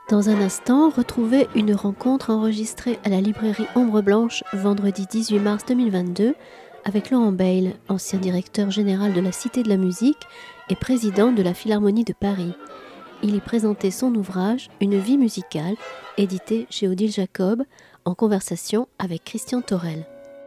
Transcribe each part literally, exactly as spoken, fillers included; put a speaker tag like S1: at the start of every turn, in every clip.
S1: Dans un instant, retrouvez une rencontre enregistrée à la librairie Ombre Blanche vendredi dix-huit mars deux mille vingt-deux avec Laurent Bayle, ancien directeur général de la Cité de la Musique et président de la Philharmonie de Paris. Il y présentait son ouvrage « Une vie musicale », édité chez Odile Jacob, en conversation avec Christian Thorel.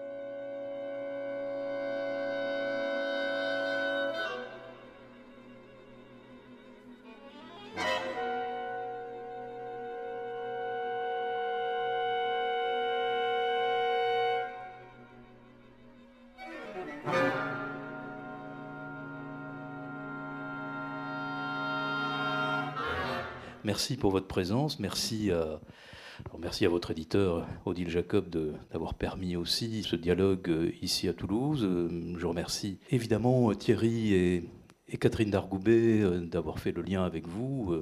S2: Merci pour votre présence, merci à, alors merci à votre éditeur Odile Jacob de, d'avoir permis aussi ce dialogue ici à Toulouse. Je remercie évidemment Thierry et, et Catherine Dargoubet d'avoir fait le lien avec vous,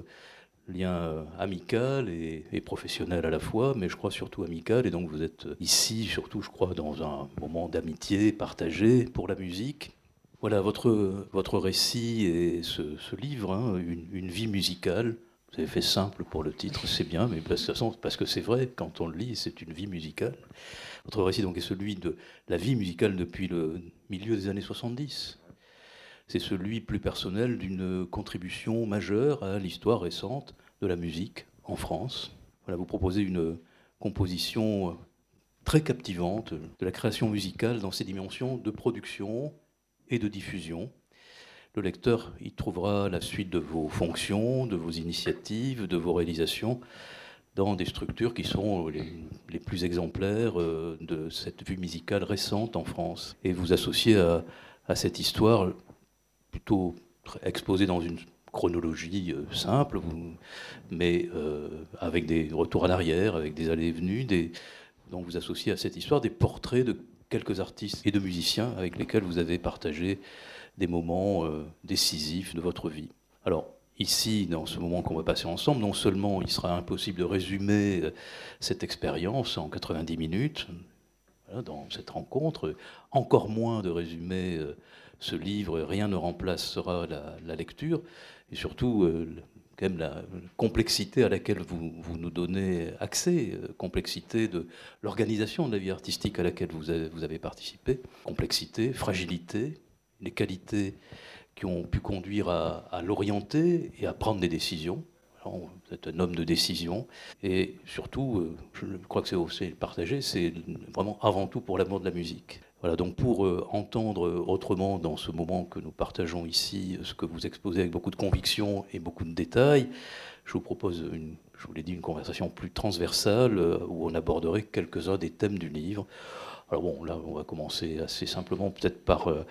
S2: lien amical et, et professionnel à la fois, mais je crois surtout amical, et donc vous êtes ici surtout, je crois, dans un moment d'amitié partagé pour la musique. Voilà, votre, votre récit et ce, ce livre, hein, une, une vie musicale. Vous avez fait simple pour le titre, c'est bien, mais de toute façon, parce que c'est vrai, quand on le lit, c'est une vie musicale. Votre récit donc est celui de la vie musicale depuis le milieu des années soixante-dix. C'est celui plus personnel d'une contribution majeure à l'histoire récente de la musique en France. Voilà, vous proposez une composition très captivante de la création musicale dans ses dimensions de production et de diffusion. Le lecteur y trouvera la suite de vos fonctions, de vos initiatives, de vos réalisations dans des structures qui sont les, les plus exemplaires de cette vie musicale récente en France. Et vous associez à, à cette histoire plutôt exposée dans une chronologie simple, vous, mais euh, avec des retours en arrière, avec des allées et venues. Des, donc vous associez à cette histoire des portraits de quelques artistes et de musiciens avec lesquels vous avez partagé des moments euh, décisifs de votre vie. Alors, ici, dans ce moment qu'on va passer ensemble, non seulement il sera impossible de résumer euh, cette expérience en quatre-vingt-dix minutes, voilà, dans cette rencontre, encore moins de résumer euh, ce livre, rien ne remplacera la, la lecture, et surtout, euh, quand même, la complexité à laquelle vous, vous nous donnez accès, euh, complexité de l'organisation de la vie artistique à laquelle vous avez, vous avez participé, complexité, fragilité, les qualités qui ont pu conduire à, à l'orienter et à prendre des décisions. Alors, vous êtes un homme de décision. Et surtout, euh, je crois que c'est aussi partagé, c'est vraiment avant tout pour l'amour de la musique. Voilà, donc pour euh, entendre autrement dans ce moment que nous partageons ici, ce que vous exposez avec beaucoup de conviction et beaucoup de détails, je vous propose, une, je vous l'ai dit, une conversation plus transversale euh, où on aborderait quelques-uns des thèmes du livre. Alors bon, là, on va commencer assez simplement, peut-être par, euh,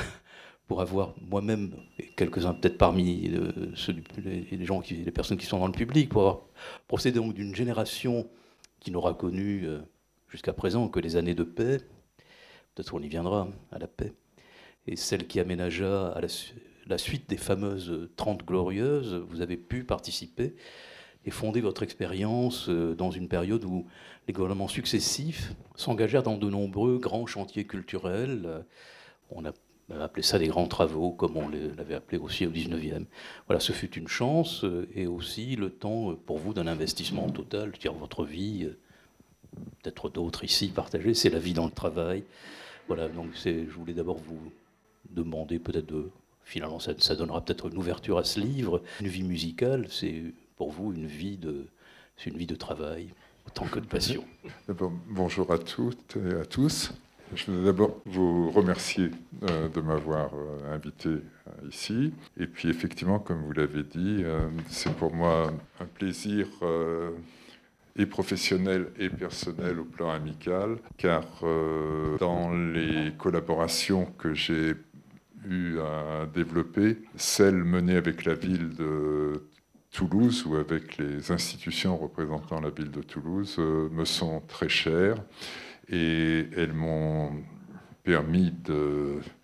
S2: pour avoir moi-même, et quelques-uns peut-être parmi euh, ceux, les, les gens, qui, les personnes qui sont dans le public, pour avoir procédé donc d'une génération qui n'aura connu euh, jusqu'à présent que les années de paix, peut-être on y viendra, à la paix, et celle qui aménagea à la, la suite des fameuses Trente Glorieuses, vous avez pu participer et fonder votre expérience dans une période où les gouvernements successifs s'engagèrent dans de nombreux grands chantiers culturels. On a appelé ça des grands travaux, comme on l'avait appelé aussi au dix-neuvième. Voilà, ce fut une chance et aussi le temps pour vous d'un investissement total, dire votre vie, peut-être d'autres ici partagés, c'est la vie dans le travail. Voilà, donc c'est, je voulais d'abord vous demander peut-être de... Finalement, ça, ça donnera peut-être une ouverture à ce livre. Une vie musicale, c'est pour vous une vie de, c'est une vie de travail, autant que de passion.
S3: D'abord, bonjour à toutes et à tous. Je voudrais d'abord vous remercier euh, de m'avoir euh, invité euh, ici. Et puis effectivement, comme vous l'avez dit, euh, c'est pour moi un plaisir euh, et professionnel et personnel au plan amical, car euh, dans les collaborations que j'ai eu à développer, celles menées avec la ville de Toulouse ou avec les institutions représentant la ville de Toulouse euh, me sont très chères et elles m'ont permis de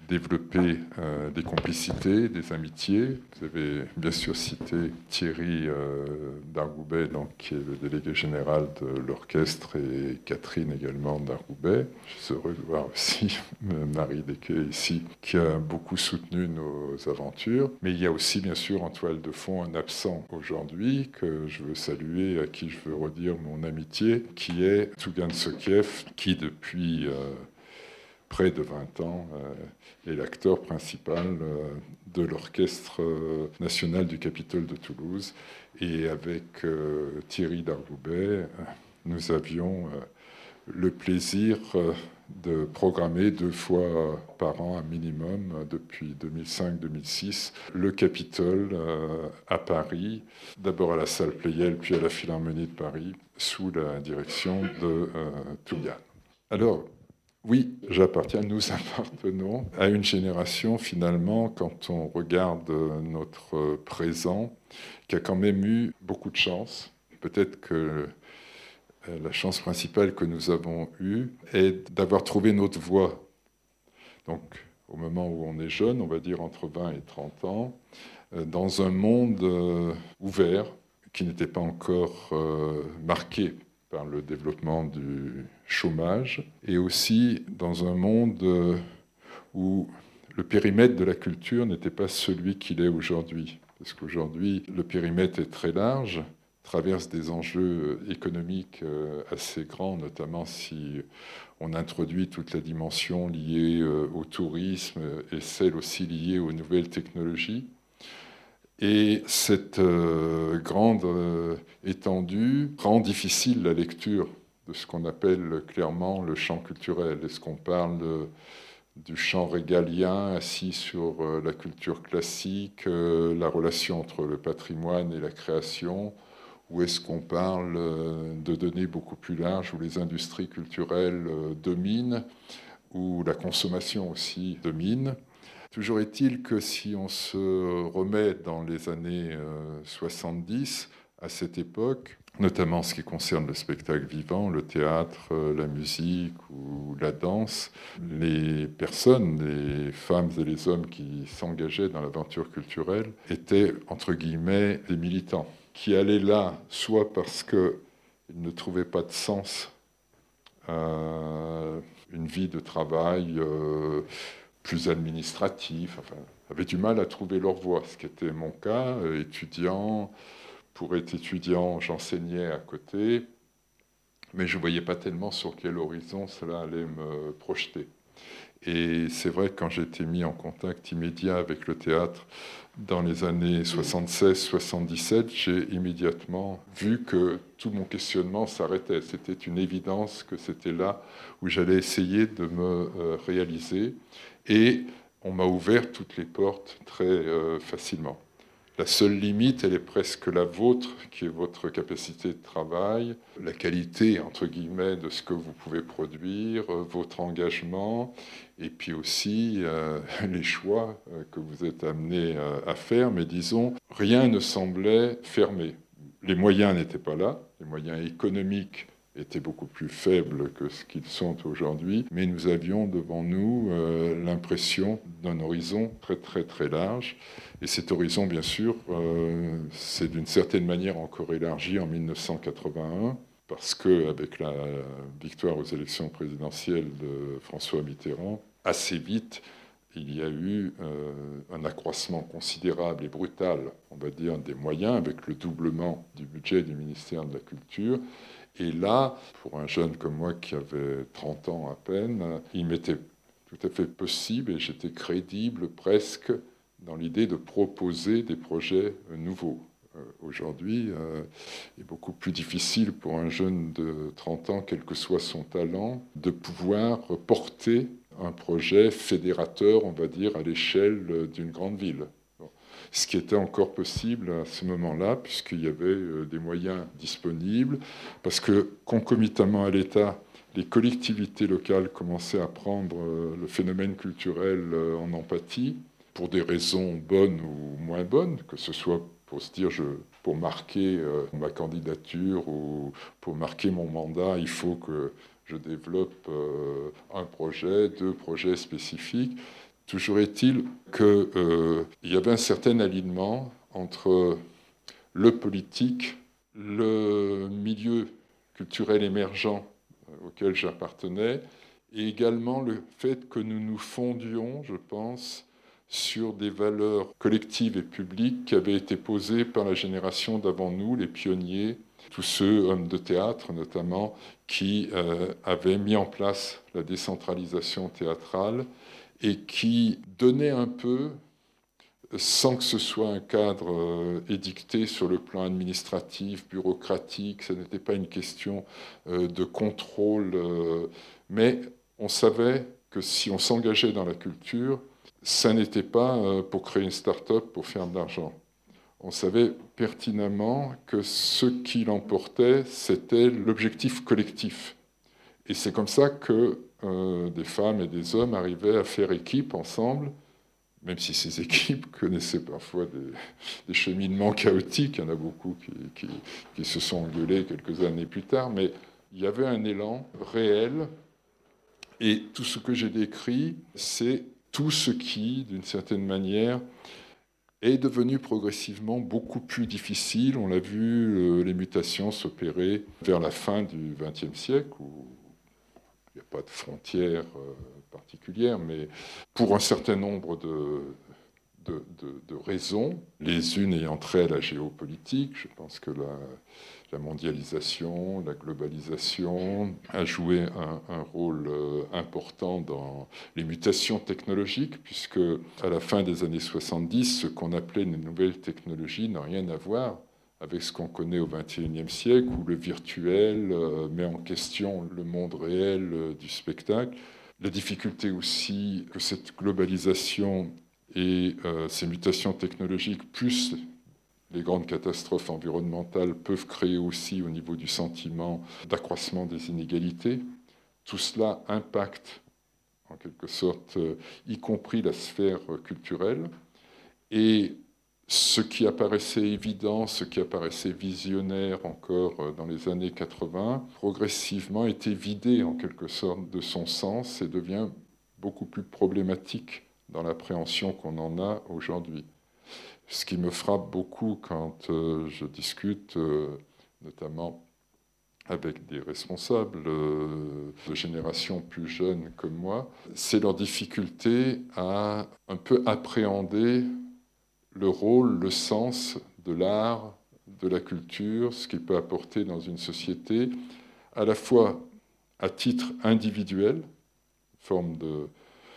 S3: développer euh, des complicités, des amitiés. Vous avez bien sûr cité Thierry euh, Dargoubet, donc, qui est le délégué général de l'orchestre, et Catherine également Dargoubet. Je suis heureux de voir aussi Marie Desquet ici, qui a beaucoup soutenu nos aventures. Mais il y a aussi bien sûr en toile de fond un absent aujourd'hui que je veux saluer, à qui je veux redire mon amitié, qui est Tougan Sokiev, qui depuis... Euh, près de vingt ans, euh, est l'acteur principal euh, de l'Orchestre euh, national du Capitole de Toulouse. Et avec euh, Thierry Dargoubet, euh, nous avions euh, le plaisir euh, de programmer deux fois par an, un minimum, euh, depuis deux mille cinq deux mille six, le Capitole euh, à Paris, d'abord à la salle Pleyel, puis à la Philharmonie de Paris, sous la direction de euh, Tougan. Alors, oui, j'appartiens, nous appartenons à une génération, finalement, quand on regarde notre présent, qui a quand même eu beaucoup de chance. Peut-être que la chance principale que nous avons eue est d'avoir trouvé notre voie. Donc, au moment où on est jeune, on va dire entre vingt et trente ans, dans un monde ouvert, qui n'était pas encore marqué par le développement du chômage, et aussi dans un monde où le périmètre de la culture n'était pas celui qu'il est aujourd'hui. Parce qu'aujourd'hui, le périmètre est très large, traverse des enjeux économiques assez grands, notamment si on introduit toute la dimension liée au tourisme et celle aussi liée aux nouvelles technologies. Et cette euh, grande euh, étendue rend difficile la lecture de ce qu'on appelle clairement le champ culturel. Est-ce qu'on parle de, du champ régalien assis sur euh, la culture classique, euh, la relation entre le patrimoine et la création, ou est-ce qu'on parle euh, de données beaucoup plus larges où les industries culturelles euh, dominent, où la consommation aussi domine ? Toujours est-il que si on se remet dans les années euh, soixante-dix, à cette époque, notamment en ce qui concerne le spectacle vivant, le théâtre, euh, la musique ou la danse, les personnes, les femmes et les hommes qui s'engageaient dans l'aventure culturelle étaient, entre guillemets, des militants, qui allaient là, soit parce qu'ils ne trouvaient pas de sens à une vie de travail euh, plus administratif, enfin, avaient du mal à trouver leur voie, ce qui était mon cas, euh, étudiant. Pour être étudiant, j'enseignais à côté, mais je ne voyais pas tellement sur quel horizon cela allait me projeter. Et c'est vrai que quand j'ai été mis en contact immédiat avec le théâtre dans les années soixante-seize soixante-dix-sept, j'ai immédiatement vu que tout mon questionnement s'arrêtait. C'était une évidence que c'était là où j'allais essayer de me euh, réaliser. Et on m'a ouvert toutes les portes très euh, facilement. La seule limite, elle est presque la vôtre, qui est votre capacité de travail, la qualité, entre guillemets, de ce que vous pouvez produire, votre engagement, et puis aussi euh, les choix que vous êtes amené à faire. Mais disons, rien ne semblait fermé. Les moyens n'étaient pas là, les moyens économiques étaient beaucoup plus faibles que ce qu'ils sont aujourd'hui, mais nous avions devant nous euh, l'impression d'un horizon très très très large. Et cet horizon, bien sûr, euh, c'est d'une certaine manière encore élargi en mille neuf cent quatre-vingt-un, parce qu'avec la victoire aux élections présidentielles de François Mitterrand, assez vite, il y a eu euh, un accroissement considérable et brutal, on va dire, des moyens, avec le doublement du budget du ministère de la Culture. Et là, pour un jeune comme moi qui avait trente ans à peine, il m'était tout à fait possible, et j'étais crédible presque, dans l'idée de proposer des projets nouveaux. Euh, aujourd'hui, euh, il est beaucoup plus difficile pour un jeune de trente ans, quel que soit son talent, de pouvoir porter un projet fédérateur, on va dire, à l'échelle d'une grande ville. Bon. Ce qui était encore possible à ce moment-là, puisqu'il y avait des moyens disponibles, parce que concomitamment à l'État, les collectivités locales commençaient à prendre le phénomène culturel en empathie, pour des raisons bonnes ou moins bonnes, que ce soit pour se dire, je, pour marquer euh, ma candidature ou pour marquer mon mandat, il faut que je développe euh, un projet, deux projets spécifiques. Toujours est-il qu'il euh, y avait un certain alignement entre le politique, le milieu culturel émergent auquel j'appartenais, et également le fait que nous nous fondions, je pense, sur des valeurs collectives et publiques qui avaient été posées par la génération d'avant nous, les pionniers, tous ceux, hommes de théâtre notamment, qui euh, avaient mis en place la décentralisation théâtrale et qui donnaient un peu, sans que ce soit un cadre euh, édicté sur le plan administratif, bureaucratique, ce n'était pas une question euh, de contrôle, euh, mais on savait que si on s'engageait dans la culture, ça n'était pas euh, pour créer une start-up, pour faire de l'argent. On savait pertinemment que ce qui l'emportait, c'était l'objectif collectif. Et c'est comme ça que euh, des femmes et des hommes arrivaient à faire équipe ensemble, même si ces équipes connaissaient parfois des, des cheminements chaotiques. Il y en a beaucoup qui, qui, qui se sont engueulés quelques années plus tard, mais il y avait un élan réel. Et tout ce que j'ai décrit, c'est tout ce qui, d'une certaine manière, est devenu progressivement beaucoup plus difficile. On l'a vu, euh, les mutations s'opérer vers la fin du vingtième siècle, où il n'y a pas de frontières euh, particulières, mais pour un certain nombre de, de, de, de raisons, les unes ayant trait à la géopolitique. Je pense que la, la mondialisation, la globalisation a joué un, un rôle euh, important dans les mutations technologiques, puisque à la fin des années soixante-dix, ce qu'on appelait les nouvelles technologies n'a rien à voir avec ce qu'on connaît au vingt et unième siècle, où le virtuel euh, met en question le monde réel euh, du spectacle. La difficulté aussi que cette globalisation et euh, ces mutations technologiques, plus les grandes catastrophes environnementales, peuvent créer aussi au niveau du sentiment d'accroissement des inégalités. Tout cela impacte en quelque sorte, euh, y compris la sphère culturelle. Et ce qui apparaissait évident, ce qui apparaissait visionnaire encore dans les années quatre-vingts, progressivement était vidé en quelque sorte de son sens et devient beaucoup plus problématique dans l'appréhension qu'on en a aujourd'hui. Ce qui me frappe beaucoup quand euh, je discute, euh, notamment avec des responsables euh, de générations plus jeunes que moi, c'est leur difficulté à un peu appréhender le rôle, le sens de l'art, de la culture, ce qu'il peut apporter dans une société, à la fois à titre individuel, forme de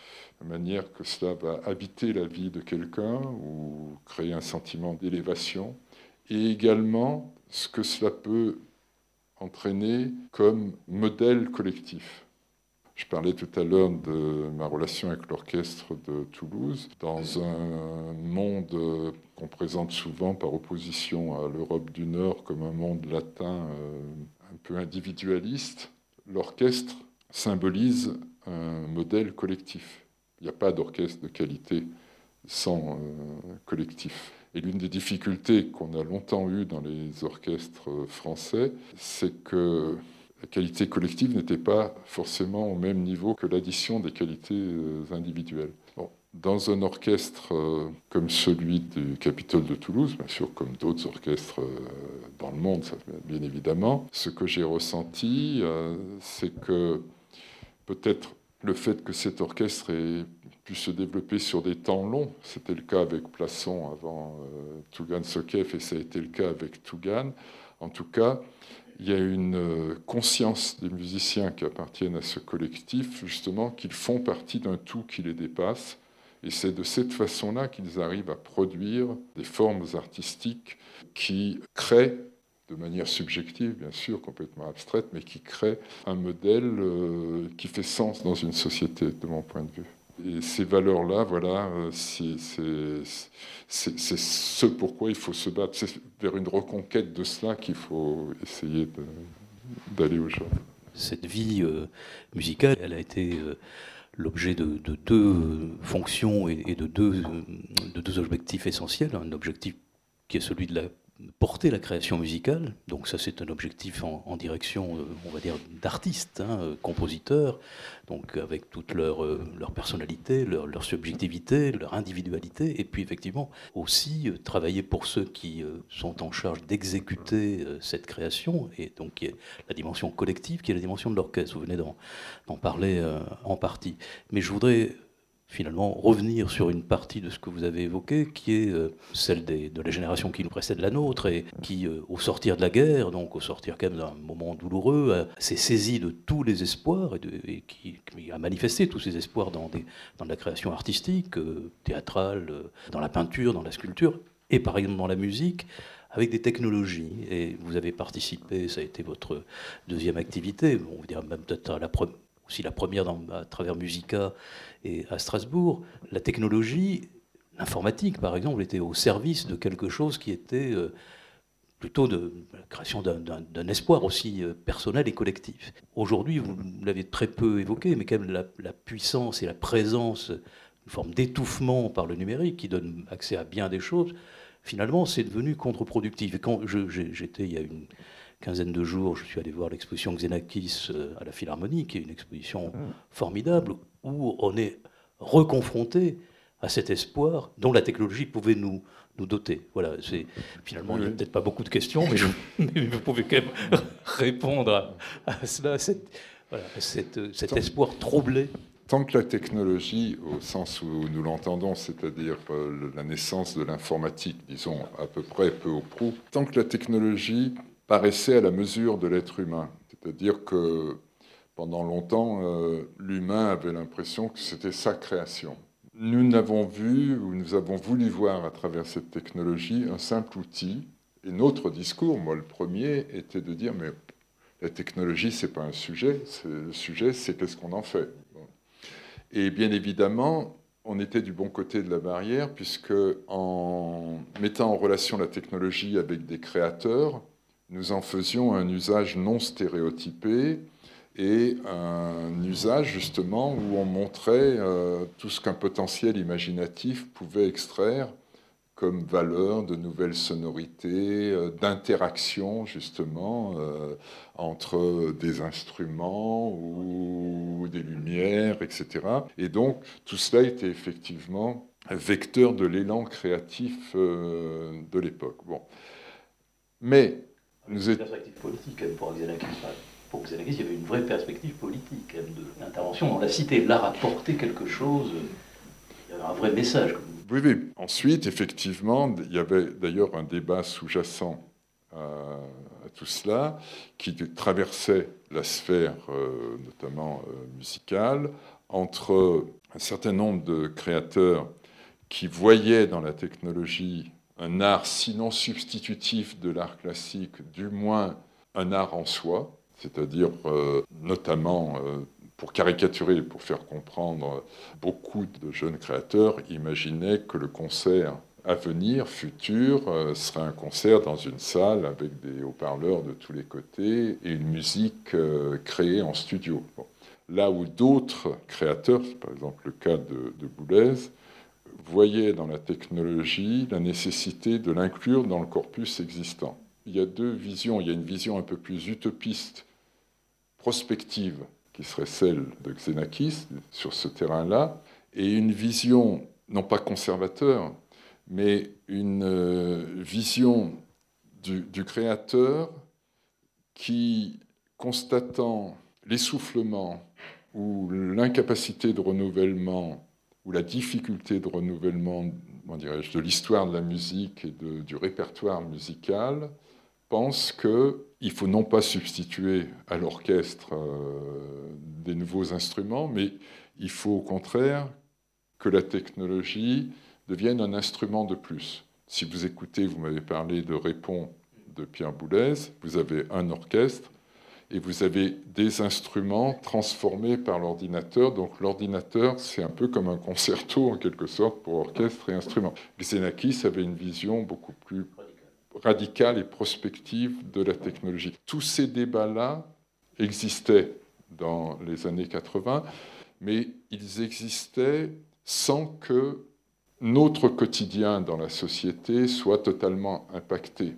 S3: manière que cela va habiter la vie de quelqu'un ou créer un sentiment d'élévation, et également ce que cela peut entraîner comme modèle collectif. Je parlais tout à l'heure de ma relation avec l'orchestre de Toulouse. Dans un monde qu'on présente souvent par opposition à l'Europe du Nord comme un monde latin un peu individualiste, l'orchestre symbolise un modèle collectif. Il n'y a pas d'orchestre de qualité sans euh, collectif. Et l'une des difficultés qu'on a longtemps eues dans les orchestres français, c'est que la qualité collective n'était pas forcément au même niveau que l'addition des qualités euh, individuelles. Bon, dans un orchestre euh, comme celui du Capitole de Toulouse, bien sûr comme d'autres orchestres euh, dans le monde, ça, bien évidemment, ce que j'ai ressenti, euh, c'est que peut-être le fait que cet orchestre ait pu se développer sur des temps longs, c'était le cas avec Plasson avant euh, Tougan-Sokeff et ça a été le cas avec Tougan. En tout cas, il y a une conscience des musiciens qui appartiennent à ce collectif, justement, qu'ils font partie d'un tout qui les dépasse. Et c'est de cette façon-là qu'ils arrivent à produire des formes artistiques qui créent, de manière subjective, bien sûr, complètement abstraite, mais qui créent un modèle euh, qui fait sens dans une société, de mon point de vue. Et ces valeurs-là, voilà, c'est, c'est, c'est, c'est ce pourquoi il faut se battre. C'est vers une reconquête de cela qu'il faut essayer de, d'aller aujourd'hui.
S2: Cette vie euh, musicale, elle a été euh, l'objet de, de deux fonctions et, et de, deux, de deux objectifs essentiels. Un objectif qui est celui de la porter la création musicale. Donc ça, c'est un objectif en, en direction, euh, on va dire, d'artistes, hein, euh, compositeurs, donc avec toute leur, euh, leur personnalité, leur, leur subjectivité, leur individualité, et puis effectivement aussi euh, travailler pour ceux qui euh, sont en charge d'exécuter euh, cette création, et donc il y a la dimension collective qui est la dimension de l'orchestre. Vous venez d'en, d'en parler euh, en partie. Mais je voudrais finalement revenir sur une partie de ce que vous avez évoqué, qui est euh, celle des, de la génération qui nous précède la nôtre, et qui, euh, au sortir de la guerre, donc au sortir quand même d'un moment douloureux, euh, s'est saisi de tous les espoirs, et, de, et qui, qui a manifesté tous ces espoirs dans, des, dans de la création artistique, euh, théâtrale, euh, dans la peinture, dans la sculpture, et par exemple dans la musique, avec des technologies. Et vous avez participé, ça a été votre deuxième activité, bon, on va dire même peut-être à la première, aussi la première dans, à travers Musica et à Strasbourg. La technologie, l'informatique par exemple, était au service de quelque chose qui était euh, plutôt de la création d'un, d'un, d'un espoir aussi euh, personnel et collectif. Aujourd'hui, vous l'avez très peu évoqué, mais quand même la, la puissance et la présence, une forme d'étouffement par le numérique qui donne accès à bien des choses, finalement c'est devenu contre-productif. Et quand je, j'étais il y a une quinzaine de jours, je suis allé voir l'exposition Xenakis à la Philharmonie, qui est une exposition formidable, où on est reconfronté à cet espoir dont la technologie pouvait nous, nous doter. Voilà, c'est, finalement, oui. Il n'y a peut-être pas beaucoup de questions, mais, je, mais vous pouvez quand même répondre à, à cela, à cette, voilà, à cette, cet tant, espoir troublé.
S3: Tant que la technologie, au sens où nous l'entendons, c'est-à-dire euh, la naissance de l'informatique, disons à peu près peu au prou, tant que la technologie paraissait à la mesure de l'être humain. C'est-à-dire que pendant longtemps, euh, l'humain avait l'impression que c'était sa création. Nous n'avons vu, ou nous avons voulu voir à travers cette technologie, un simple outil. Et notre discours, moi le premier, était de dire, mais la technologie, ce n'est pas un sujet. C'est, le sujet, c'est qu'est-ce qu'on en fait. Bon. Et bien évidemment, on était du bon côté de la barrière, puisque en mettant en relation la technologie avec des créateurs, nous en faisions un usage non stéréotypé et un usage justement où on montrait euh, tout ce qu'un potentiel imaginatif pouvait extraire comme valeur de nouvelles sonorités, euh, d'interaction justement euh, entre des instruments ou des lumières, et cetera. Et donc tout cela était effectivement vecteur de l'élan créatif euh, de l'époque. Bon. Mais
S2: nous êtes... perspective politique pour Xenakis. Pour Xenakis, il y avait une vraie perspective politique quand même, de l'intervention dans la cité. L'art apportait quelque chose, il y avait un vrai message.
S3: Oui, oui. Ensuite, effectivement, il y avait d'ailleurs un débat sous-jacent à, à tout cela, qui traversait la sphère, euh, notamment euh, musicale, entre un certain nombre de créateurs qui voyaient dans la technologie un art sinon substitutif de l'art classique, du moins un art en soi, c'est-à-dire euh, notamment, euh, pour caricaturer, pour faire comprendre, beaucoup de jeunes créateurs imaginaient que le concert à venir, futur, euh, serait un concert dans une salle avec des haut-parleurs de tous les côtés et une musique euh, créée en studio. Bon. Là où d'autres créateurs, par exemple le cas de, de Boulez, voyaient dans la technologie la nécessité de l'inclure dans le corpus existant. Il y a deux visions. Il y a une vision un peu plus utopiste, prospective, qui serait celle de Xenakis sur ce terrain-là, et une vision, non pas conservateur, mais une vision du, du créateur qui, constatant l'essoufflement ou l'incapacité de renouvellement ou la difficulté de renouvellement, comment dirais-je, de l'histoire de la musique et de, du répertoire musical, pense qu'il faut non pas substituer à l'orchestre euh, des nouveaux instruments, mais il faut au contraire que la technologie devienne un instrument de plus. Si vous écoutez, vous m'avez parlé de Répond de Pierre Boulez, vous avez un orchestre, et vous avez des instruments transformés par l'ordinateur. Donc l'ordinateur, c'est un peu comme un concerto, en quelque sorte, pour orchestre et instruments. Xenakis avait une vision beaucoup plus radicale et prospective de la technologie. Tous ces débats-là existaient dans les années quatre-vingts, mais ils existaient sans que notre quotidien dans la société soit totalement impacté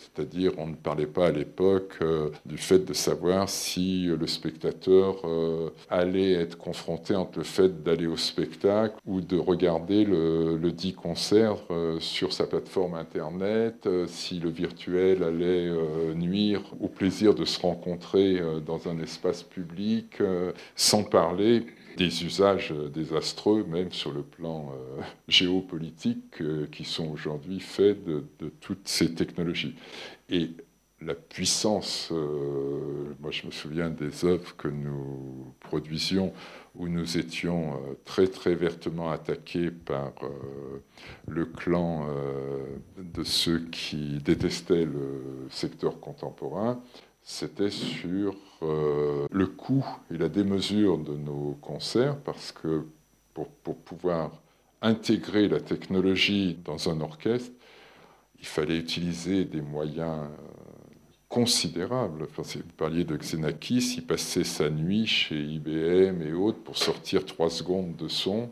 S3: C'est-à-dire, on ne parlait pas à l'époque euh, du fait de savoir si le spectateur euh, allait être confronté entre le fait d'aller au spectacle ou de regarder le, le dit concert euh, sur sa plateforme Internet, euh, si le virtuel allait euh, nuire au plaisir de se rencontrer euh, dans un espace public, euh, sans parler des usages désastreux, même sur le plan euh, géopolitique, euh, qui sont aujourd'hui faits de, de toutes ces technologies. Et la puissance, euh, moi je me souviens des œuvres que nous produisions, où nous étions euh, très très vertement attaqués par euh, le clan euh, de ceux qui détestaient le secteur contemporain. C'était sur euh, le coût et la démesure de nos concerts, parce que pour, pour pouvoir intégrer la technologie dans un orchestre, il fallait utiliser des moyens considérables. Enfin, vous parliez de Xenakis, il passait sa nuit chez I B M et autres pour sortir trois secondes de son.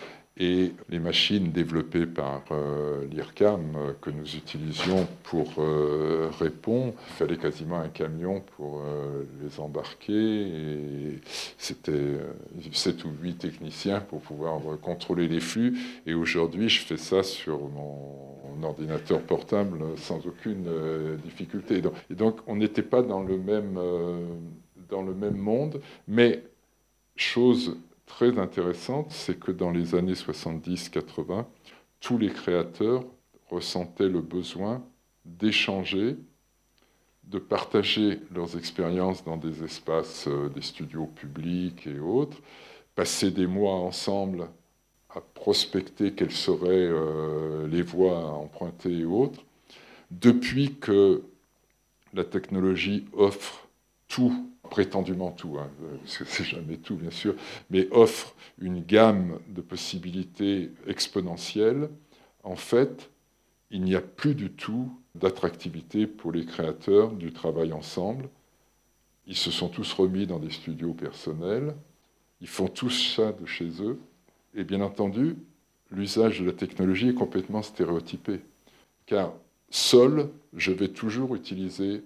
S3: Et les machines développées par euh, l'I R C A M euh, que nous utilisions pour euh, répondre, il fallait quasiment un camion pour euh, les embarquer. Et c'était euh, sept ou huit techniciens pour pouvoir euh, contrôler les flux. Et aujourd'hui, je fais ça sur mon, mon ordinateur portable sans aucune euh, difficulté. Et donc, et donc on n'était pas dans le même, euh, dans le même monde, mais chose très intéressante, c'est que dans les années soixante-dix quatre-vingts, tous les créateurs ressentaient le besoin d'échanger, de partager leurs expériences dans des espaces, euh, des studios publics et autres, passer des mois ensemble à prospecter quelles seraient euh, les voies à emprunter et autres. Depuis que la technologie offre tout, prétendument tout, hein, parce que c'est jamais tout bien sûr, mais offre une gamme de possibilités exponentielles, en fait, il n'y a plus du tout d'attractivité pour les créateurs du travail ensemble. Ils se sont tous remis dans des studios personnels, ils font tous ça de chez eux, et bien entendu, l'usage de la technologie est complètement stéréotypé, car seul, je vais toujours utiliser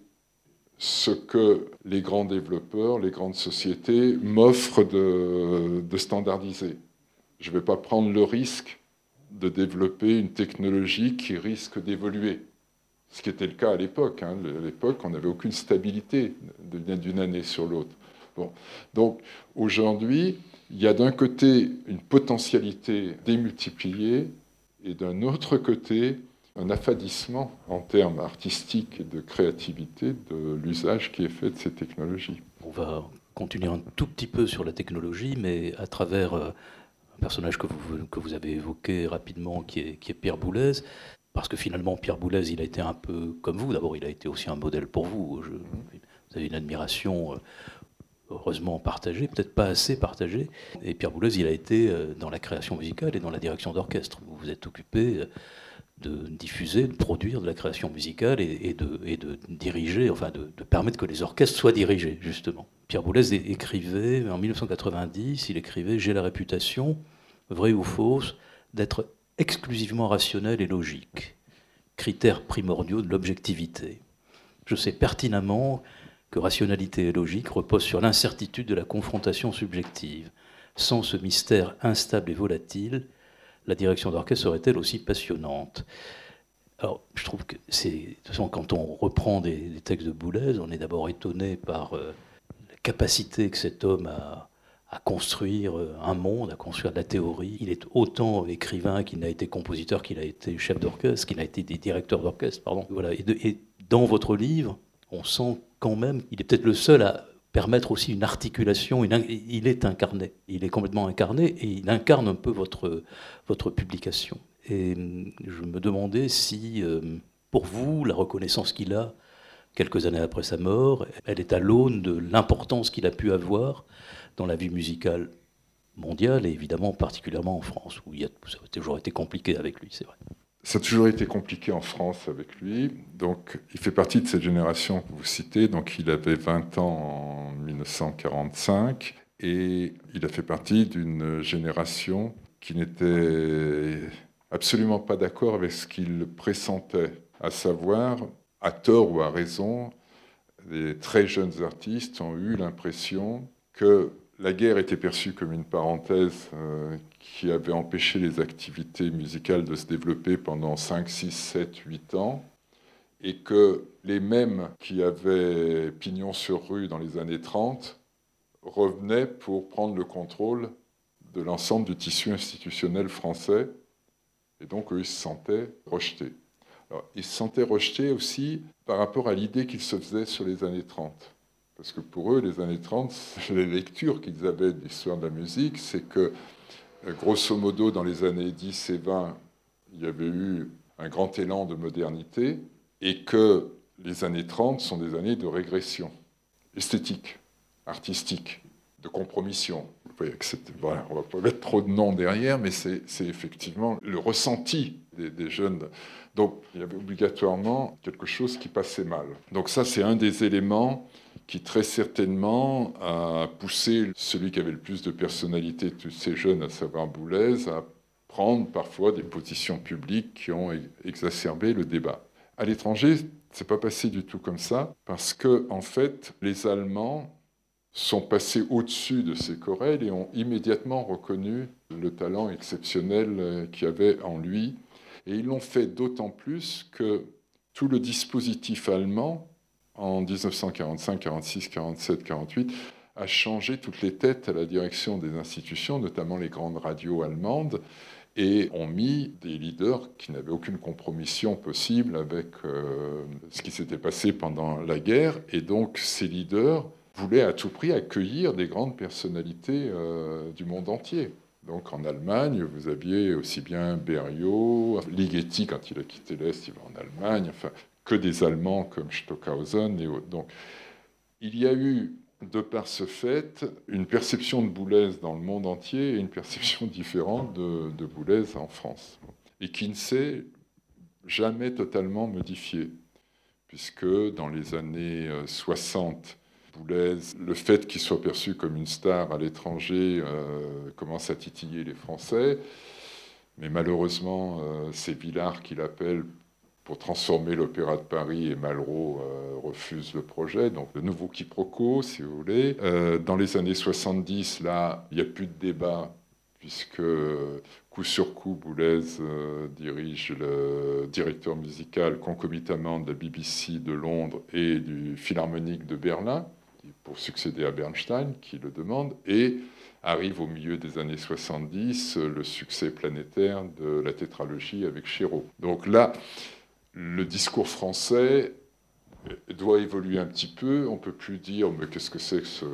S3: ce que les grands développeurs, les grandes sociétés m'offrent de, de standardiser. Je ne vais pas prendre le risque de développer une technologie qui risque d'évoluer, ce qui était le cas à l'époque. Hein. À l'époque, on n'avait aucune stabilité d'une année sur l'autre. Bon. Donc aujourd'hui, il y a d'un côté une potentialité démultipliée et d'un autre côté un affadissement en termes artistiques et de créativité de l'usage qui est fait de ces technologies.
S2: On va continuer un tout petit peu sur la technologie, mais à travers un personnage que vous, que vous avez évoqué rapidement, qui est, qui est Pierre Boulez, parce que finalement, Pierre Boulez, il a été un peu comme vous. D'abord, il a été aussi un modèle pour vous. Je, vous avez une admiration heureusement partagée, peut-être pas assez partagée. Et Pierre Boulez, il a été dans la création musicale et dans la direction d'orchestre. Vous vous êtes occupé de diffuser, de produire de la création musicale et, et, de, et de diriger, enfin de, de permettre que les orchestres soient dirigés, justement. Pierre Boulez écrivait, en dix-neuf cent quatre-vingt-dix, il écrivait « J'ai la réputation, vraie ou fausse, d'être exclusivement rationnel et logique, critères primordiaux de l'objectivité. Je sais pertinemment que rationalité et logique reposent sur l'incertitude de la confrontation subjective. Sans ce mystère instable et volatile, la direction d'orchestre serait-elle aussi passionnante ?» Alors, je trouve que c'est... De toute façon, quand on reprend des, des textes de Boulez, on est d'abord étonné par euh, la capacité que cet homme a à construire un monde, à construire de la théorie. Il est autant écrivain qu'il n'a été compositeur, qu'il a été chef d'orchestre, qu'il a été directeur d'orchestre, pardon. Voilà. Et, de, et dans votre livre, on sent quand même, il est peut-être le seul à permettre aussi une articulation, une, il est incarné, il est complètement incarné et il incarne un peu votre, votre publication. Et je me demandais si, euh, pour vous, la reconnaissance qu'il a quelques années après sa mort, elle est à l'aune de l'importance qu'il a pu avoir dans la vie musicale mondiale et évidemment particulièrement en France, où il a, ça a toujours été compliqué avec lui, c'est vrai.
S3: Ça a toujours été compliqué en France avec lui. Donc, il fait partie de cette génération que vous citez. Donc, il avait vingt ans en dix-neuf cent quarante-cinq et il a fait partie d'une génération qui n'était absolument pas d'accord avec ce qu'il pressentait, à savoir à tort ou à raison, les très jeunes artistes ont eu l'impression que la guerre était perçue comme une parenthèse euh, qui avait empêché les activités musicales de se développer pendant cinq, six, sept, huit ans, et que les mêmes qui avaient pignon sur rue dans les années trente revenaient pour prendre le contrôle de l'ensemble du tissu institutionnel français, et donc eux, ils se sentaient rejetés. Alors, ils se sentaient rejetés aussi par rapport à l'idée qu'ils se faisaient sur les années trente. Parce que pour eux, les années trente, les lectures qu'ils avaient de l'histoire de la musique, c'est que, grosso modo, dans les années dix et vingt, il y avait eu un grand élan de modernité, et que les années trente sont des années de régression esthétique, artistique, de compromission. Vous voyez que c'est, voilà, on ne va pas mettre trop de noms derrière, mais c'est, c'est effectivement le ressenti des, des jeunes. Donc, il y avait obligatoirement quelque chose qui passait mal. Donc ça, c'est un des éléments qui, très certainement, a poussé celui qui avait le plus de personnalité de tous ces jeunes, à savoir Boulez, à prendre parfois des positions publiques qui ont exacerbé le débat. À l'étranger, c'est pas passé du tout comme ça, parce que, en fait, les Allemands sont passés au-dessus de ces querelles et ont immédiatement reconnu le talent exceptionnel qu'il y avait en lui. Et ils l'ont fait d'autant plus que tout le dispositif allemand, en dix-neuf cent quarante-cinq, quarante-six, quarante-sept, quarante-huit, a changé toutes les têtes à la direction des institutions, notamment les grandes radios allemandes, et ont mis des leaders qui n'avaient aucune compromission possible avec euh, ce qui s'était passé pendant la guerre. Et donc, ces leaders voulaient à tout prix accueillir des grandes personnalités euh, du monde entier. Donc, en Allemagne, vous aviez aussi bien Berio, Ligeti, quand il a quitté l'Est, il va en Allemagne, enfin, que des Allemands comme Stockhausen et autres. Donc, il y a eu, de par ce fait, une perception de Boulez dans le monde entier et une perception différente de, de Boulez en France, et qui ne s'est jamais totalement modifiée, puisque dans les années soixante, Boulez, le fait qu'il soit perçu comme une star à l'étranger euh, commence à titiller les Français, mais malheureusement, euh, c'est Villard qui l'appelle pour transformer l'Opéra de Paris, et Malraux euh, refuse le projet. Donc, le nouveau quiproquo, si vous voulez. Euh, dans les années soixante-dix, là, il n'y a plus de débat, puisque coup sur coup, Boulez euh, dirige le directeur musical concomitamment de la B B C de Londres et du Philharmonique de Berlin, pour succéder à Bernstein, qui le demande, et arrive au milieu des années soixante-dix le succès planétaire de la tétralogie avec Chéreau. Donc là, le discours français doit évoluer un petit peu. On ne peut plus dire mais qu'est-ce que c'est que ce,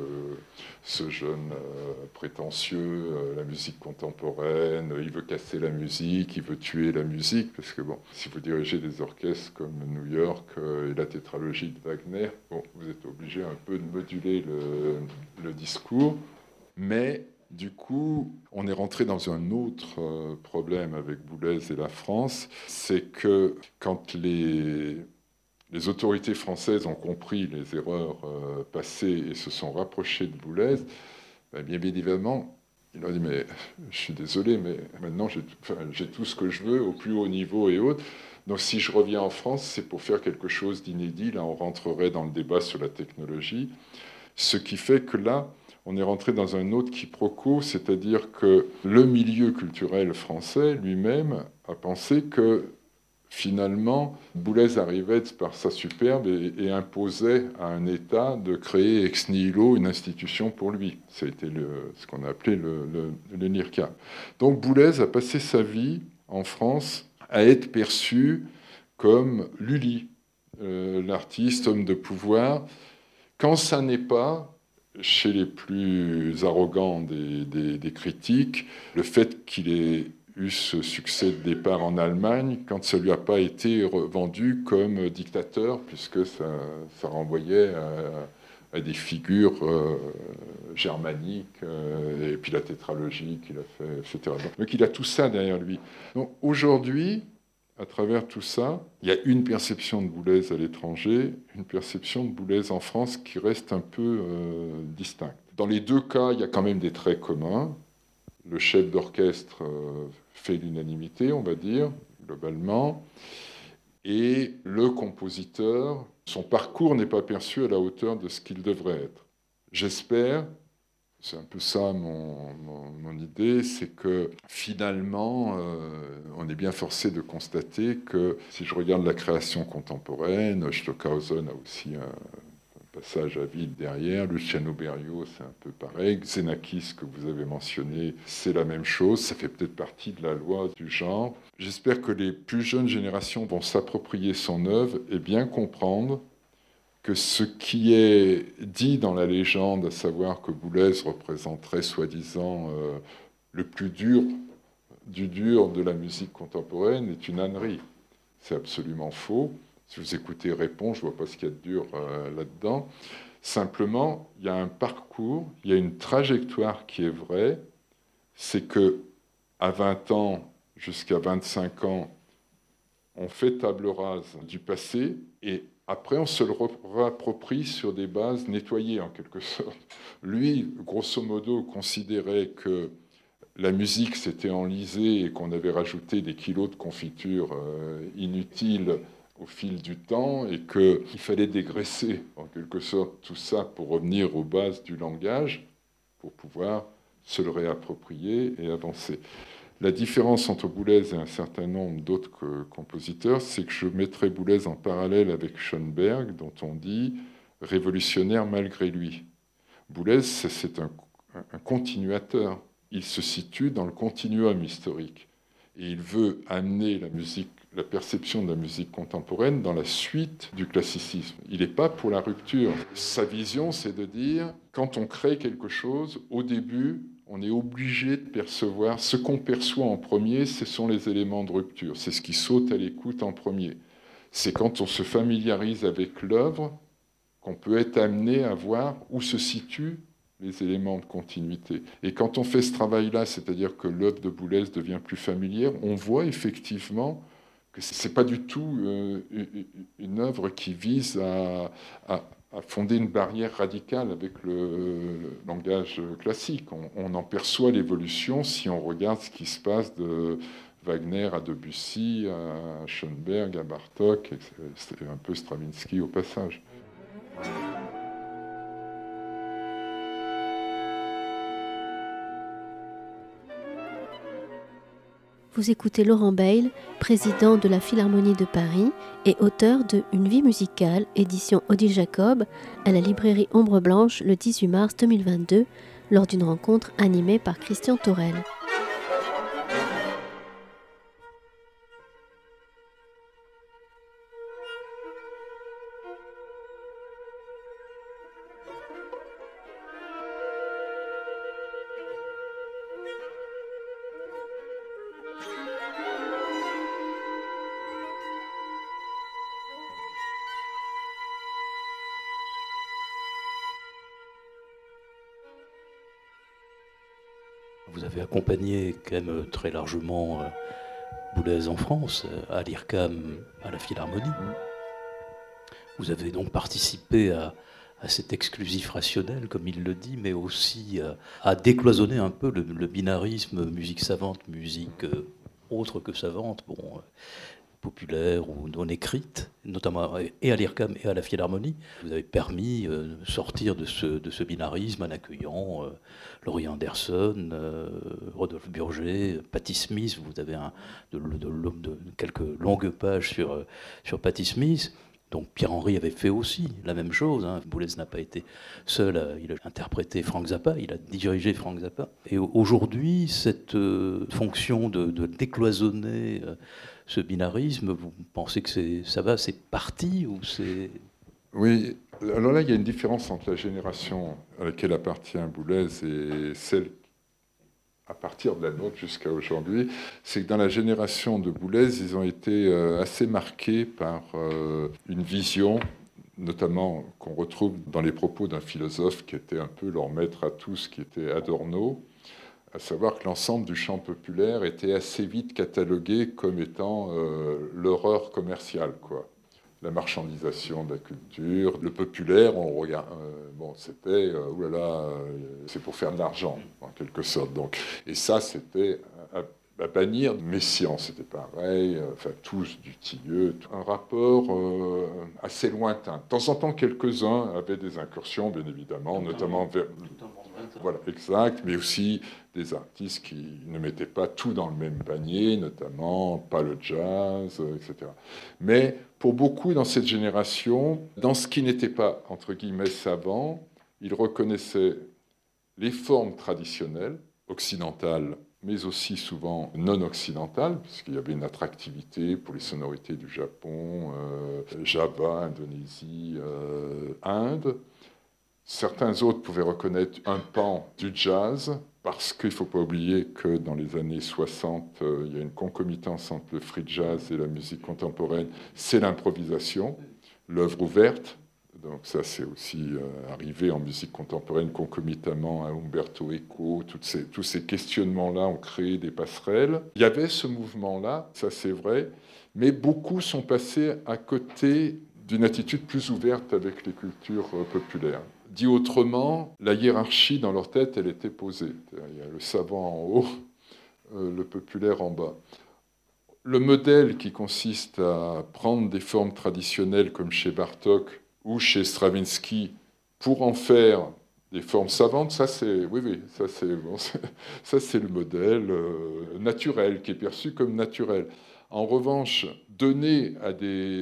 S3: ce jeune euh, prétentieux, euh, la musique contemporaine, il veut casser la musique, il veut tuer la musique, parce que bon, si vous dirigez des orchestres comme New York euh, et la tétralogie de Wagner, bon, vous êtes obligé un peu de moduler le, le discours, mais du coup, on est rentré dans un autre problème avec Boulez et la France, c'est que quand les, les autorités françaises ont compris les erreurs euh, passées et se sont rapprochées de Boulez, ben bien évidemment, il leur a dit « mais je suis désolé, mais maintenant j'ai, enfin, j'ai tout ce que je veux au plus haut niveau et autres. Donc si je reviens en France, c'est pour faire quelque chose d'inédit. Là, on rentrerait dans le débat sur la technologie. Ce qui fait que là, on est rentré dans un autre quiproquo, c'est-à-dire que le milieu culturel français lui-même a pensé que finalement, Boulez arrivait par sa superbe et, et imposait à un État de créer ex nihilo une institution pour lui. Ça a été le, ce qu'on a appelé le, le, le N I R C A. Donc Boulez a passé sa vie en France à être perçu comme Lully, euh, l'artiste, homme de pouvoir, quand ça n'est pas, chez les plus arrogants des, des, des critiques, le fait qu'il ait eu ce succès de départ en Allemagne, quand ça ne lui a pas été vendu comme dictateur, puisque ça, ça renvoyait à, à des figures euh, germaniques, euh, et puis la tétralogie qu'il a fait, et cetera. Donc il a tout ça derrière lui. Donc aujourd'hui, à travers tout ça, il y a une perception de Boulez à l'étranger, une perception de Boulez en France qui reste un peu euh, distincte. Dans les deux cas, il y a quand même des traits communs. Le chef d'orchestre euh, fait l'unanimité, on va dire, globalement. et le compositeur, son parcours n'est pas perçu à la hauteur de ce qu'il devrait être. J'espère, c'est un peu ça mon, mon, mon idée, c'est que finalement, euh, on est bien forcé de constater que si je regarde la création contemporaine, Stockhausen a aussi un passage à vide derrière, Luciano Berio, c'est un peu pareil, Xenakis, que vous avez mentionné, c'est la même chose, ça fait peut-être partie de la loi du genre. J'espère que les plus jeunes générations vont s'approprier son œuvre et bien comprendre que ce qui est dit dans la légende, à savoir que Boulez représenterait soi-disant euh, le plus dur du dur de la musique contemporaine, est une ânerie. C'est absolument faux. Si vous écoutez Répond, je ne vois pas ce qu'il y a de dur euh, là-dedans. Simplement, il y a un parcours, il y a une trajectoire qui est vraie. C'est que à vingt ans jusqu'à vingt-cinq ans, on fait table rase du passé et après on se le réapproprie sur des bases nettoyées en quelque sorte. Lui, grosso modo, considérait que la musique s'était enlisée et qu'on avait rajouté des kilos de confiture euh, inutiles au fil du temps et qu'il fallait dégraisser en quelque sorte tout ça pour revenir aux bases du langage, pour pouvoir se le réapproprier et avancer. La différence entre Boulez et un certain nombre d'autres compositeurs, c'est que je mettrais Boulez en parallèle avec Schoenberg, dont on dit révolutionnaire malgré lui. Boulez, c'est un, un continuateur. Il se situe dans le continuum historique. Et il veut amener la musique, la perception de la musique contemporaine dans la suite du classicisme. Il n'est pas pour la rupture. Sa vision, c'est de dire, quand on crée quelque chose, au début, on est obligé de percevoir ce qu'on perçoit en premier, ce sont les éléments de rupture. C'est ce qui saute à l'écoute en premier. C'est quand on se familiarise avec l'œuvre qu'on peut être amené à voir où se situent les éléments de continuité. Et quand on fait ce travail-là, c'est-à-dire que l'œuvre de Boulez devient plus familière, on voit effectivement que ce n'est pas du tout euh, une œuvre qui vise à, à, à fonder une barrière radicale avec le, le langage classique. On, on en perçoit l'évolution si on regarde ce qui se passe de Wagner à Debussy, à Schoenberg, à Bartók, c'est un peu Stravinsky au passage.
S1: Vous écoutez Laurent Bayle, président de la Philharmonie de Paris et auteur de Une vie musicale, édition Odile Jacob, à la librairie Ombre Blanche le dix-huit mars deux mille vingt-deux, lors d'une rencontre animée par Christian Thorel.
S2: Vous avez accompagné quand même très largement euh, Boulez en France, à l'I R C A M, à la Philharmonie. Vous avez donc participé à, à cet exclusif rationnel, comme il le dit, mais aussi à, à décloisonner un peu le, le binarisme musique savante, musique euh, autre que savante, bon, euh, populaire ou non écrite, notamment et à l'I R C A M et à la Philharmonie. Vous avez permis euh, de sortir de ce, de ce binarisme en accueillant euh, Laurie Anderson, euh, Rodolphe Burger, Patti Smith. Vous avez un, de, de, de, de, quelques longues pages sur, euh, sur Patti Smith. Donc Pierre-Henry avait fait aussi la même chose. Hein. Boulez n'a pas été seul, à, il a interprété Frank Zappa, il a dirigé Frank Zappa. Et aujourd'hui, cette euh, fonction de, de décloisonner euh, ce binarisme, vous pensez que c'est, ça va, c'est parti ou c'est...
S3: Oui, alors là, il y a une différence entre la génération à laquelle appartient Boulez et celle à partir de la nôtre jusqu'à aujourd'hui. C'est que dans la génération de Boulez, ils ont été assez marqués par une vision, notamment qu'on retrouve dans les propos d'un philosophe qui était un peu leur maître à tous, qui était Adorno, à savoir que l'ensemble du champ populaire était assez vite catalogué comme étant euh, l'horreur commerciale, quoi. La marchandisation de la culture, le populaire, on regarde, euh, bon, c'était, euh, oulala, euh, c'est pour faire de l'argent, en quelque sorte. Donc, et ça, c'était, euh, La Bannière, Messiaen, c'était pareil, enfin tous du Tilleux, un rapport euh, assez lointain. De temps en temps, quelques-uns avaient des incursions, bien évidemment, tout notamment vers... Voilà, exact, mais aussi des artistes qui ne mettaient pas tout dans le même panier, notamment pas le jazz, et cetera. Mais pour beaucoup dans cette génération, dans ce qui n'était pas, entre guillemets, savant, ils reconnaissaient les formes traditionnelles, occidentales, mais aussi souvent non occidentales, puisqu'il y avait une attractivité pour les sonorités du Japon, euh, Java, Indonésie, euh, Inde. Certains autres pouvaient reconnaître un pan du jazz, parce qu'il ne faut pas oublier que dans les années soixante, euh, il y a une concomitance entre le free jazz et la musique contemporaine, c'est l'improvisation, l'œuvre ouverte. Donc ça, c'est aussi euh, arrivé en musique contemporaine concomitamment à Umberto Eco. Toutes ces, tous ces questionnements-là ont créé des passerelles. Il y avait ce mouvement-là, ça c'est vrai, mais beaucoup sont passés à côté d'une attitude plus ouverte avec les cultures euh, populaires. Dit autrement, la hiérarchie dans leur tête, elle était posée. Il y a le savant en haut, euh, le populaire en bas. Le modèle qui consiste à prendre des formes traditionnelles comme chez Bartók ou chez Stravinsky pour en faire des formes savantes, ça c'est, oui, oui, ça c'est, bon, ça c'est le modèle euh, naturel, qui est perçu comme naturel. En revanche, donner à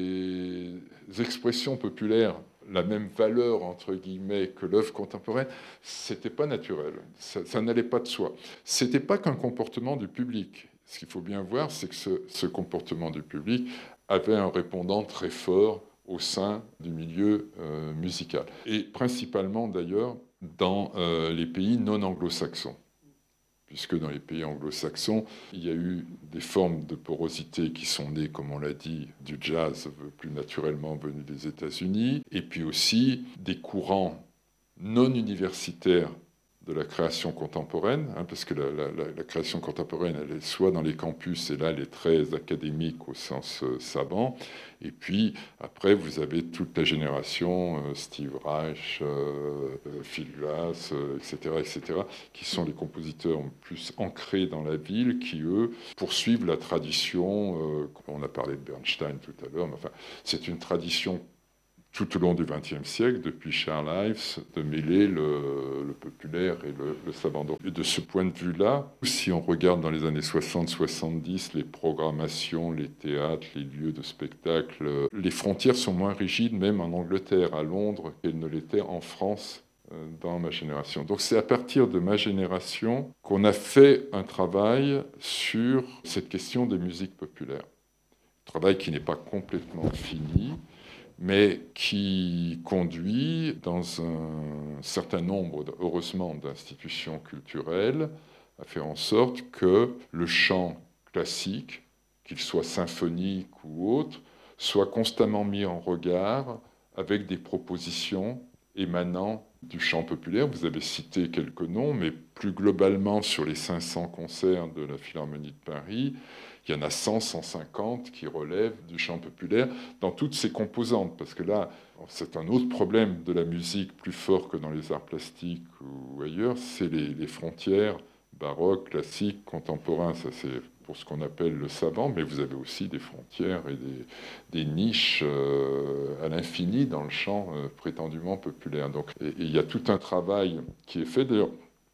S3: des expressions populaires la même valeur, entre guillemets, que l'œuvre contemporaine, c'était pas naturel, ça, ça n'allait pas de soi. C'était pas qu'un comportement du public. Ce qu'il faut bien voir, c'est que ce, ce comportement du public avait un répondant très fort au sein du milieu euh, musical. Et principalement, d'ailleurs, dans euh, les pays non anglo-saxons. Puisque dans les pays anglo-saxons, il y a eu des formes de porosité qui sont nées, comme on l'a dit, du jazz plus naturellement venu des États-Unis, et puis aussi des courants non universitaires de la création contemporaine, hein, parce que la, la, la création contemporaine, elle est soit dans les campus, et là, elle est très académique au sens euh, savant, et puis après, vous avez toute la génération, euh, Steve Reich, euh, Phil Glass, euh, et cetera, et cetera, qui sont les compositeurs plus ancrés dans la ville, qui, eux, poursuivent la tradition, euh, on a parlé de Bernstein tout à l'heure, mais enfin, c'est une tradition tout au long du vingtième siècle, depuis Charles Ives, de mêler le, le populaire et le, le savant. Et de ce point de vue-là, si on regarde dans les années soixante soixante-dix, les programmations, les théâtres, les lieux de spectacle, les frontières sont moins rigides, même en Angleterre, à Londres, qu'elles ne l'étaient en France dans ma génération. Donc c'est à partir de ma génération qu'on a fait un travail sur cette question des musiques populaires. Un travail qui n'est pas complètement fini, mais qui conduit dans un certain nombre, heureusement, d'institutions culturelles à faire en sorte que le chant classique, qu'il soit symphonique ou autre, soit constamment mis en regard avec des propositions émanant du chant populaire. Vous avez cité quelques noms, mais plus globalement, sur les cinq cents concerts de la Philharmonie de Paris, il y en a cent, cent cinquante qui relèvent du chant populaire dans toutes ses composantes. Parce que là, c'est un autre problème de la musique plus fort que dans les arts plastiques ou ailleurs, c'est les, les frontières baroque, classique, contemporain. Ça, c'est pour ce qu'on appelle le savant, mais vous avez aussi des frontières et des, des niches euh, à l'infini dans le chant euh, prétendument populaire. Donc, et, et il y a tout un travail qui est fait, d'ailleurs,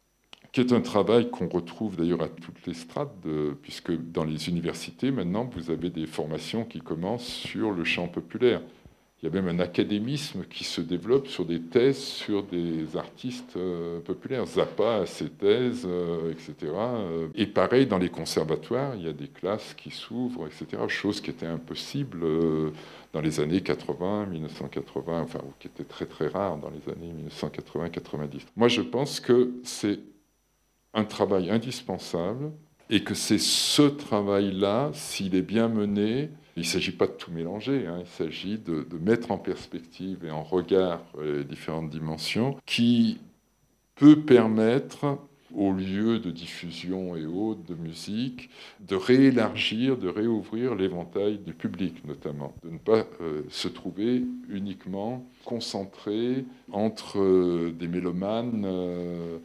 S3: qui est un travail qu'on retrouve d'ailleurs à toutes les strates, de, puisque dans les universités, maintenant, vous avez des formations qui commencent sur le chant populaire. Il y a même un académisme qui se développe sur des thèses sur des artistes euh, populaires. Zappa a ses thèses, euh, et cetera. Et pareil, dans les conservatoires, il y a des classes qui s'ouvrent, et cetera. Chose qui était impossible euh, dans les années quatre-vingts, mille neuf cent quatre-vingts, enfin, ou qui était très très rare dans les années mille neuf cent quatre-vingts quatre-vingt-dix. Moi, je pense que c'est un travail indispensable et que c'est ce travail-là, s'il est bien mené, il ne s'agit pas de tout mélanger, hein, il s'agit de, de mettre en perspective et en regard les différentes dimensions, qui peut permettre aux lieux de diffusion et autres de musique de réélargir, de réouvrir l'éventail du public notamment, de ne pas euh, se trouver uniquement concentré entre euh, des mélomanes euh,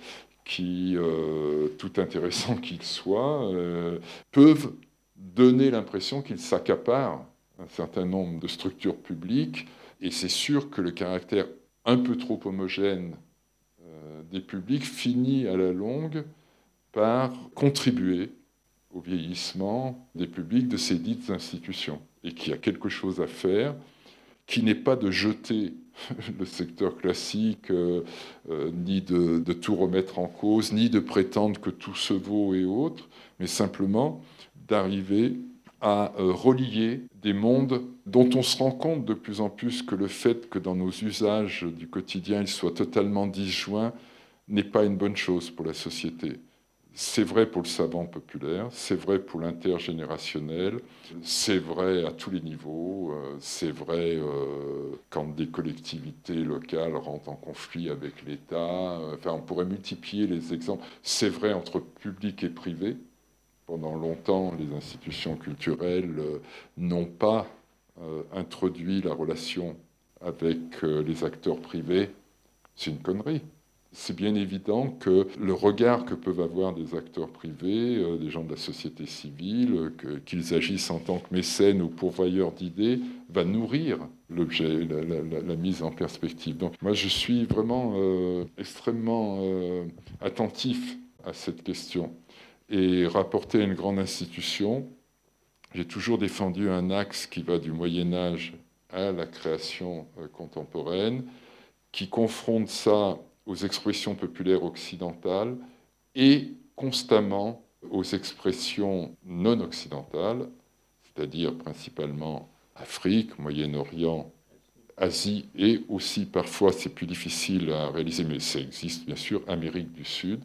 S3: qui, euh, tout intéressants qu'ils soient, euh, peuvent donner l'impression qu'ils s'accaparent un certain nombre de structures publiques. Et c'est sûr que le caractère un peu trop homogène euh, des publics finit à la longue par contribuer au vieillissement des publics de ces dites institutions. Et qu'il y a quelque chose à faire, qui n'est pas de jeter le secteur classique, euh, euh, ni de, de tout remettre en cause, ni de prétendre que tout se vaut et autres, mais simplement d'arriver à euh, relier des mondes dont on se rend compte de plus en plus que le fait que dans nos usages du quotidien, ils soient totalement disjoints n'est pas une bonne chose pour la société. C'est vrai pour le savant populaire, c'est vrai pour l'intergénérationnel, c'est vrai à tous les niveaux, euh, c'est vrai euh, quand des collectivités locales rentrent en conflit avec l'État. Enfin, on pourrait multiplier les exemples. C'est vrai entre public et privé. Pendant longtemps, les institutions culturelles euh, n'ont pas euh, introduit la relation avec euh, les acteurs privés. C'est une connerie. C'est bien évident que le regard que peuvent avoir des acteurs privés, euh, des gens de la société civile, que, qu'ils agissent en tant que mécènes ou pourvoyeurs d'idées, va nourrir l'objet, la, la, la mise en perspective. Donc moi, je suis vraiment euh, extrêmement euh, attentif à cette question. Et rapporté à une grande institution, j'ai toujours défendu un axe qui va du Moyen-Âge à la création euh, contemporaine, qui confronte ça aux expressions populaires occidentales et constamment aux expressions non occidentales, c'est-à-dire principalement Afrique, Moyen-Orient, Asie, et aussi parfois, c'est plus difficile à réaliser, mais ça existe bien sûr, Amérique du Sud.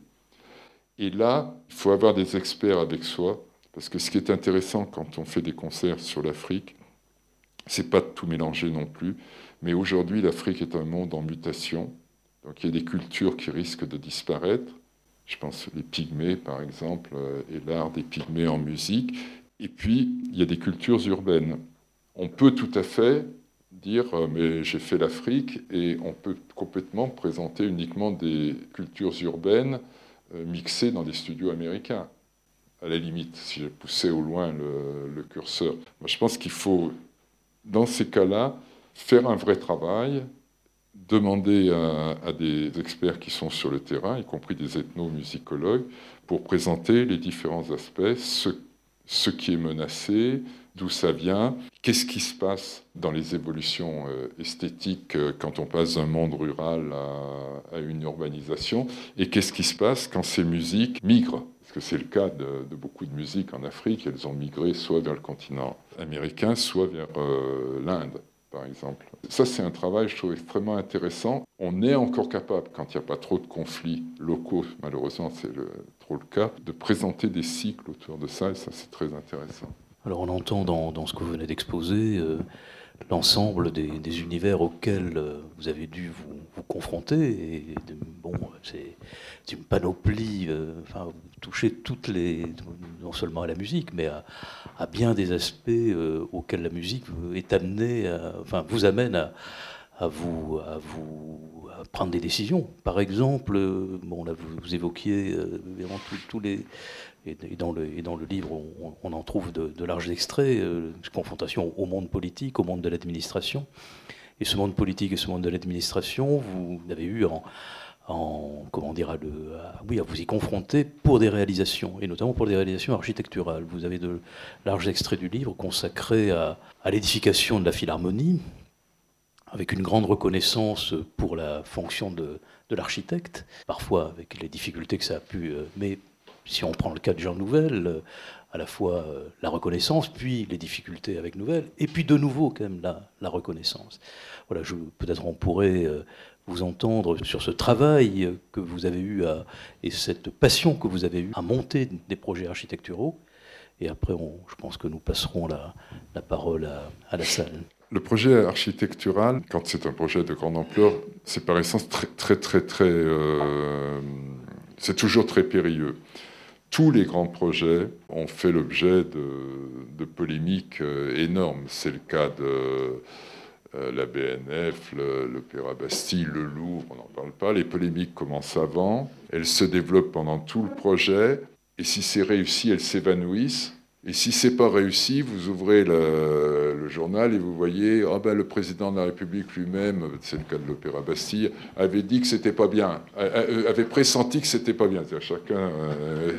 S3: Et là, il faut avoir des experts avec soi, parce que ce qui est intéressant quand on fait des concerts sur l'Afrique, c'est pas de tout mélanger non plus, mais aujourd'hui, l'Afrique est un monde en mutation. Donc il y a des cultures qui risquent de disparaître. Je pense les pygmées, par exemple, et l'art des pygmées en musique. Et puis, il y a des cultures urbaines. On peut tout à fait dire, mais j'ai fait l'Afrique, et on peut complètement présenter uniquement des cultures urbaines mixées dans des studios américains. À la limite, si je poussais au loin le, le curseur. Moi, je pense qu'il faut, dans ces cas-là, faire un vrai travail, demander à, à des experts qui sont sur le terrain, y compris des ethnomusicologues, pour présenter les différents aspects, ce, ce qui est menacé, d'où ça vient, qu'est-ce qui se passe dans les évolutions euh, esthétiques euh, quand on passe d'un monde rural à, à une urbanisation, et qu'est-ce qui se passe quand ces musiques migrent. Parce que c'est le cas de, de beaucoup de musiques en Afrique, elles ont migré soit vers le continent américain, soit vers euh, l'Inde, par exemple. Ça, c'est un travail, je trouve, extrêmement intéressant. On est encore capable, quand il n'y a pas trop de conflits locaux, malheureusement, c'est le, trop le cas, de présenter des cycles autour de ça, et ça, c'est très intéressant.
S2: Alors, on entend dans, dans ce que vous venez d'exposer euh, l'ensemble des, des univers auxquels euh, vous avez dû vous, vous confronter. Et de, bon, c'est, c'est une panoplie. Euh, enfin, vous touchez toutes les, non seulement à la musique, mais à, à bien des aspects euh, auxquels la musique est amenée, à, enfin, vous amène à, à vous, à vous à prendre des décisions. Par exemple, euh, bon, là, vous, vous évoquiez euh, vraiment tous les Et dans, le, et dans le livre, on, on en trouve de, de larges extraits, euh, confrontation au monde politique, au monde de l'administration. Et ce monde politique et ce monde de l'administration, vous avez eu en, en comment dire, à, le, à, oui, à vous y confronter pour des réalisations, et notamment pour des réalisations architecturales. Vous avez de larges extraits du livre consacrés à, à l'édification de la Philharmonie, avec une grande reconnaissance pour la fonction de, de l'architecte, parfois avec les difficultés que ça a pu... Euh, mais si on prend le cas de Jean Nouvel, euh, à la fois euh, la reconnaissance, puis les difficultés avec Nouvel, et puis de nouveau quand même la, la reconnaissance. Voilà, je, peut-être on pourrait euh, vous entendre sur ce travail que vous avez eu à, et cette passion que vous avez eue à monter des projets architecturaux. Et après, on, je pense que nous passerons la, la parole à, à la salle.
S3: Le projet architectural, quand c'est un projet de grande ampleur, c'est par essence très, très, très, très... Euh, c'est toujours très périlleux. Tous les grands projets ont fait l'objet de, de polémiques énormes. C'est le cas de, Euh, la B N F, le, l'Opéra Bastille, le Louvre, on n'en parle pas. Les polémiques commencent avant. Elles se développent pendant tout le projet. Et si c'est réussi, elles s'évanouissent. Et si c'est pas réussi, vous ouvrez le, le journal et vous voyez, ah ben le président de la République lui-même, c'est le cas de l'Opéra Bastille, avait dit que c'était pas bien, avait pressenti que c'était pas bien. C'est-à-dire chacun, euh,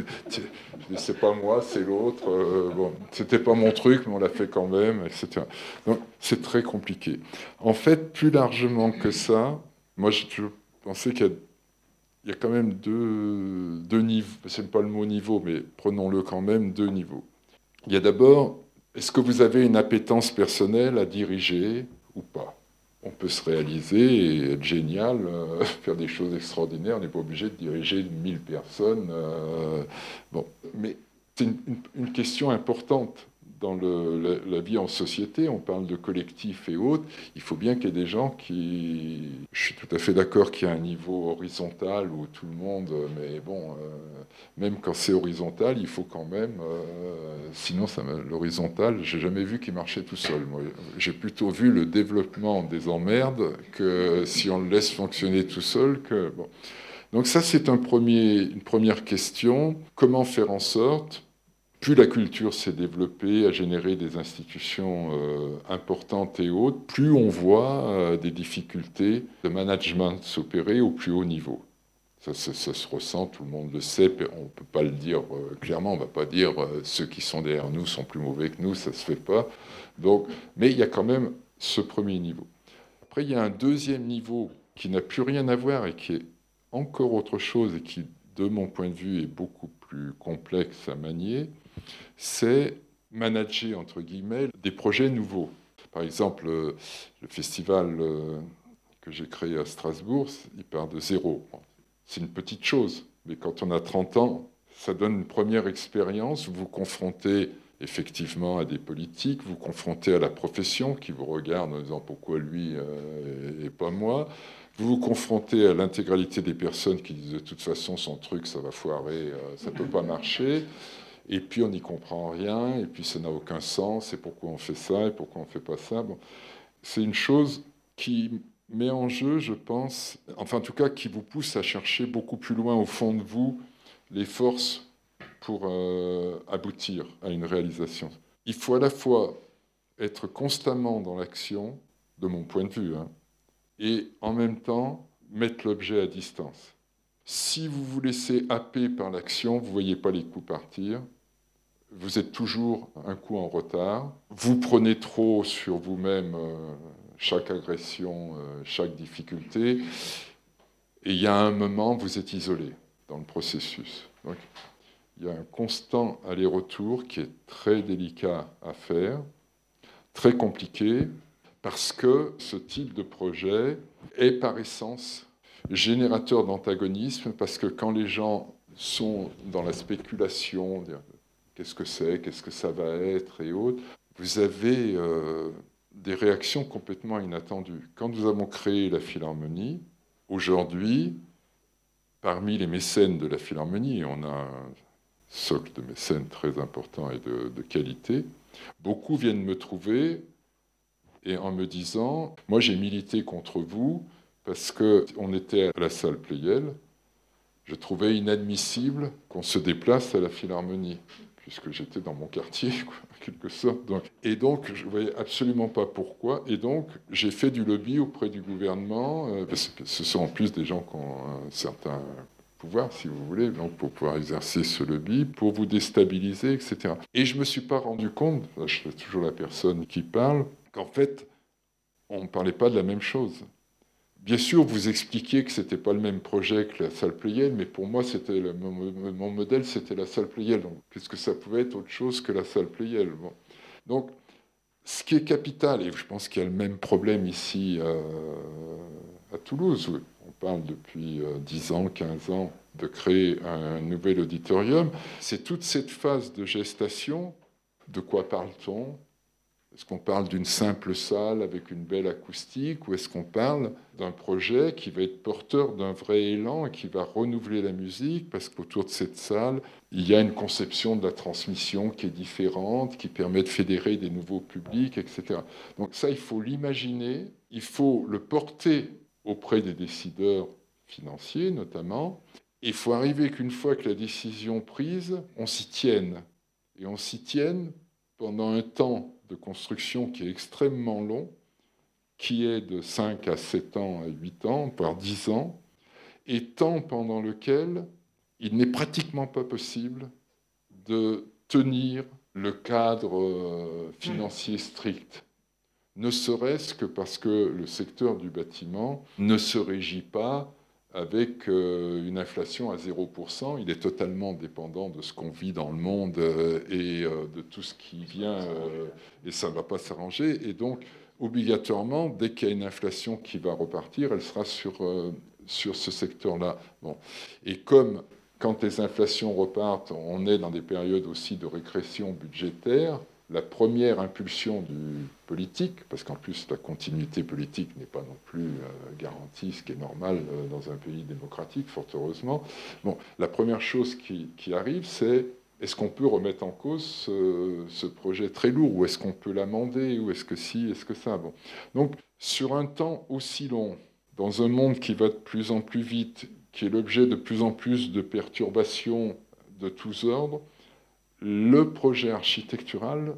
S3: c'est pas moi, c'est l'autre. Euh, bon, c'était pas mon truc, mais on l'a fait quand même, et cetera. Donc c'est très compliqué. En fait, plus largement que ça, moi je, je pensais qu'il y a Il y a quand même deux, deux niveaux, c'est pas le mot niveau, mais prenons-le quand même, deux niveaux. Il y a d'abord, est-ce que vous avez une appétence personnelle à diriger ou pas? On peut se réaliser et être génial, euh, faire des choses extraordinaires, on n'est pas obligé de diriger mille personnes. Euh, bon, mais c'est une, une, une question importante. Dans le, la, la vie en société, on parle de collectif et autres, il faut bien qu'il y ait des gens qui... Je suis tout à fait d'accord qu'il y a un niveau horizontal où tout le monde... Mais bon, euh, même quand c'est horizontal, il faut quand même... Euh, sinon, ça, l'horizontal, j'ai jamais vu qu'il marchait tout seul. Moi, j'ai plutôt vu le développement des emmerdes que si on le laisse fonctionner tout seul. Que, bon. Donc ça, c'est un premier, une première question. Comment faire en sorte... Plus la culture s'est développée, a généré des institutions euh, importantes et autres, plus on voit euh, des difficultés de management s'opérer au plus haut niveau. Ça, ça, ça se ressent, tout le monde le sait, on ne peut pas le dire euh, clairement, on ne va pas dire euh, ceux qui sont derrière nous sont plus mauvais que nous, ça ne se fait pas. Donc, mais il y a quand même ce premier niveau. Après, il y a un deuxième niveau qui n'a plus rien à voir et qui est encore autre chose et qui, de mon point de vue, est beaucoup plus complexe à manier, c'est manager, entre guillemets, des projets nouveaux. Par exemple, le festival que j'ai créé à Strasbourg, il part de zéro. C'est une petite chose, mais quand on a trente ans, ça donne une première expérience. Vous vous confrontez effectivement à des politiques, vous vous confrontez à la profession qui vous regarde en disant pourquoi lui euh, et pas moi. Vous vous confrontez à l'intégralité des personnes qui disent de toute façon son truc ça va foirer, euh, ça ne peut pas marcher. Et puis on n'y comprend rien, et puis ça n'a aucun sens, et pourquoi on fait ça, et pourquoi on ne fait pas ça. Bon, c'est une chose qui met en jeu, je pense, enfin en tout cas qui vous pousse à chercher beaucoup plus loin au fond de vous les forces pour euh, aboutir à une réalisation. Il faut à la fois être constamment dans l'action, de mon point de vue, hein, et en même temps mettre l'objet à distance. Si vous vous laissez happer par l'action, vous ne voyez pas les coups partir, vous êtes toujours un coup en retard, vous prenez trop sur vous-même euh, chaque agression, euh, chaque difficulté, et il y a un moment, vous êtes isolé dans le processus. Donc, il y a un constant aller-retour qui est très délicat à faire, très compliqué, parce que ce type de projet est par essence générateur d'antagonisme, parce que quand les gens sont dans la spéculation, qu'est-ce que c'est, qu'est-ce que ça va être et autres, vous avez euh, des réactions complètement inattendues. Quand nous avons créé la Philharmonie, aujourd'hui, parmi les mécènes de la Philharmonie, on a un socle de mécènes très important et de, de qualité, beaucoup viennent me trouver et en me disant « Moi, j'ai milité contre vous parce qu'on était à la salle Pleyel. Je trouvais inadmissible qu'on se déplace à la Philharmonie. » puisque j'étais dans mon quartier, quoi, en quelque sorte. Donc, et donc, je ne voyais absolument pas pourquoi. Et donc, j'ai fait du lobby auprès du gouvernement, euh, parce que ce sont en plus des gens qui ont un certain pouvoir, si vous voulez, donc pour pouvoir exercer ce lobby, pour vous déstabiliser, et cetera. Et je ne me suis pas rendu compte, je suis toujours la personne qui parle, qu'en fait, on ne parlait pas de la même chose. Bien sûr, vous expliquiez que ce n'était pas le même projet que la salle Pleyel, mais pour moi, c'était le, mon, mon modèle, c'était la salle Pleyel. Donc, qu'est-ce que ça pouvait être autre chose que la salle Pleyel? Bon. Donc, ce qui est capital, et je pense qu'il y a le même problème ici euh, à Toulouse, où on parle depuis euh, dix ans, quinze ans de créer un nouvel auditorium, c'est toute cette phase de gestation. De quoi parle-t-on? Est-ce qu'on parle d'une simple salle avec une belle acoustique ou est-ce qu'on parle d'un projet qui va être porteur d'un vrai élan et qui va renouveler la musique parce qu'autour de cette salle, il y a une conception de la transmission qui est différente, qui permet de fédérer des nouveaux publics, et cetera. Donc ça, il faut l'imaginer, il faut le porter auprès des décideurs financiers notamment. Il faut arriver qu'une fois que la décision prise, on s'y tienne. Et on s'y tienne pendant un temps de construction qui est extrêmement long, qui est de cinq à sept ans à huit ans, voire dix ans, et temps pendant lequel il n'est pratiquement pas possible de tenir le cadre financier strict, ne serait-ce que parce que le secteur du bâtiment ne se régit pas avec une inflation à zéro pour cent. Il est totalement dépendant de ce qu'on vit dans le monde et de tout ce qui vient, et ça ne va pas s'arranger. Et donc, obligatoirement, dès qu'il y a une inflation qui va repartir, elle sera sur, sur ce secteur-là. Bon. Et comme, quand les inflations repartent, on est dans des périodes aussi de régression budgétaire, la première impulsion du politique, parce qu'en plus la continuité politique n'est pas non plus euh, garantie, ce qui est normal euh, dans un pays démocratique, fort heureusement. Bon, la première chose qui, qui arrive, c'est est-ce qu'on peut remettre en cause ce, ce projet très lourd, ou est-ce qu'on peut l'amender, ou est-ce que si, est-ce que ça. Bon. Donc, sur un temps aussi long, dans un monde qui va de plus en plus vite, qui est l'objet de plus en plus de perturbations de tous ordres, le projet architectural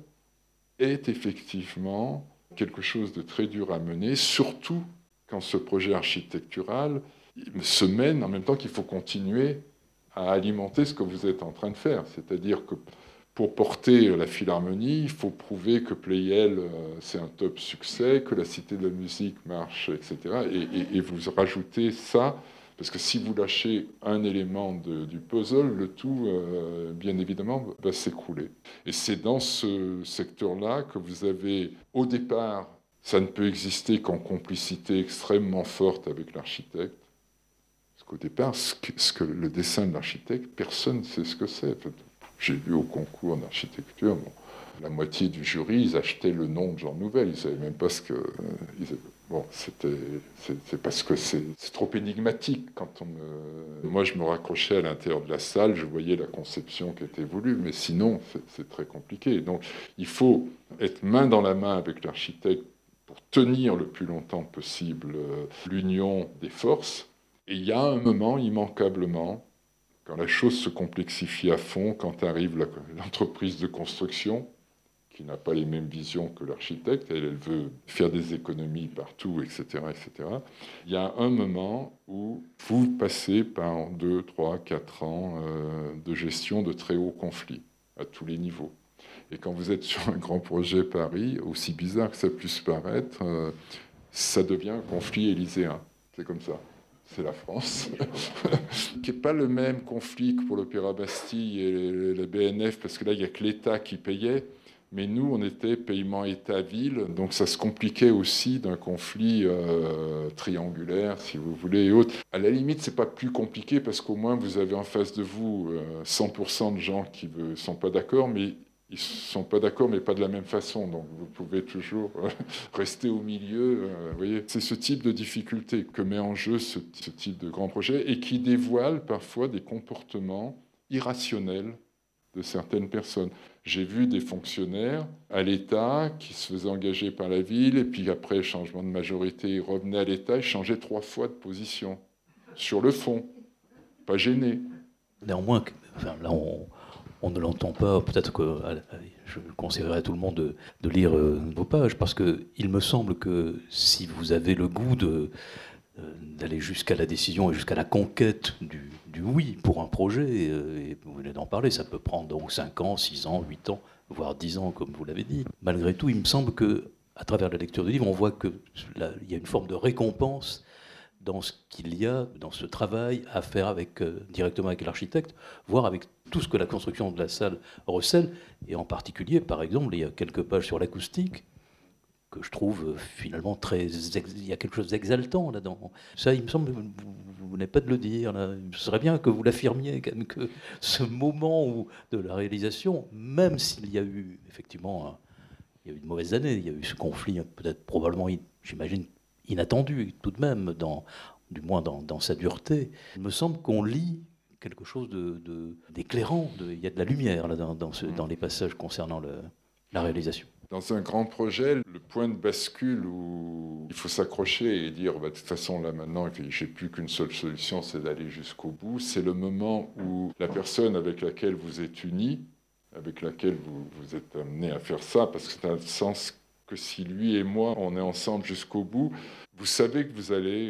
S3: est effectivement quelque chose de très dur à mener, surtout quand ce projet architectural se mène en même temps qu'il faut continuer à alimenter ce que vous êtes en train de faire. C'est-à-dire que pour porter la Philharmonie, il faut prouver que Pleyel, c'est un top succès, que la Cité de la Musique marche, et cetera. Et, et, et vous rajoutez ça. Parce que si vous lâchez un élément de, du puzzle, le tout, euh, bien évidemment, va s'écrouler. Et c'est dans ce secteur-là que vous avez, au départ, ça ne peut exister qu'en complicité extrêmement forte avec l'architecte. Parce qu'au départ, ce que, ce que le dessin de l'architecte, personne ne sait ce que c'est. J'ai vu au concours d'architecture, bon, la moitié du jury, ils achetaient le nom de Jean Nouvel. Ils ne savaient même pas ce que... Euh, ils avaient... Bon, c'était, c'est, c'est parce que c'est, c'est trop énigmatique. Quand on me... Moi, je me raccrochais à l'intérieur de la salle, je voyais la conception qui était voulue, mais sinon, c'est, c'est très compliqué. Donc, il faut être main dans la main avec l'architecte pour tenir le plus longtemps possible l'union des forces. Et il y a un moment, immanquablement, quand la chose se complexifie à fond, quand arrive la, l'entreprise de construction, qui n'a pas les mêmes visions que l'architecte, elle, elle veut faire des économies partout, et cetera, et cetera. Il y a un moment où vous passez par deux, trois, quatre ans euh, de gestion de très hauts conflits, à tous les niveaux. Et quand vous êtes sur un grand projet Paris, aussi bizarre que ça puisse paraître, euh, ça devient un conflit élyséen. C'est comme ça. C'est la France, qui n'est pas le même conflit que pour l'Opéra Bastille et la B N F, parce que là, il n'y a que l'État qui payait. Mais nous, on était paiement État-ville, donc ça se compliquait aussi d'un conflit euh, triangulaire, si vous voulez, et autres. À la limite, c'est pas plus compliqué parce qu'au moins vous avez en face de vous euh, cent pour cent de gens qui ne sont pas d'accord, mais ils ne sont pas d'accord, mais pas de la même façon. Donc vous pouvez toujours euh, rester au milieu. Euh, vous voyez, c'est ce type de difficulté que met en jeu ce, ce type de grand projet et qui dévoile parfois des comportements irrationnels de certaines personnes. J'ai vu des fonctionnaires à l'État qui se faisaient engager par la ville, et puis après, changement de majorité, ils revenaient à l'État, ils changeaient trois fois de position. Sur le fond, pas gênés.
S2: Néanmoins, enfin, là, on, on ne l'entend pas. Peut-être que je conseillerais à tout le monde de, de lire euh, vos pages, parce qu'il me semble que si vous avez le goût de... d'aller jusqu'à la décision et jusqu'à la conquête du, du oui pour un projet, et vous venez d'en parler, ça peut prendre donc cinq ans, six ans, huit ans, voire dix ans, comme vous l'avez dit. Malgré tout, il me semble qu'à travers la lecture du livre, on voit qu'il y a une forme de récompense dans ce qu'il y a, dans ce travail à faire avec, euh, directement avec l'architecte, voire avec tout ce que la construction de la salle recèle, et en particulier, par exemple, il y a quelques pages sur l'acoustique, que je trouve finalement très... Il y a quelque chose d'exaltant là-dedans. Ça, il me semble, vous, vous, vous n'avez pas de le dire. Là. Ce serait bien que vous l'affirmiez, quand même, que ce moment où, de la réalisation, même s'il y a eu effectivement il y a eu de mauvaises années, il y a eu ce conflit peut-être probablement, j'imagine, inattendu tout de même, dans, du moins dans, dans sa dureté. Il me semble qu'on lit quelque chose de, de, d'éclairant, de, il y a de la lumière là, dans, dans, ce, dans les passages concernant le, la réalisation.
S3: Dans un grand projet, le point de bascule où il faut s'accrocher et dire bah, de toute façon là maintenant j'ai plus qu'une seule solution, c'est d'aller jusqu'au bout, c'est le moment où la personne avec laquelle vous êtes unis, avec laquelle vous, vous êtes amené à faire ça, parce que ça n'a le sens que si lui et moi on est ensemble jusqu'au bout, vous savez que vous allez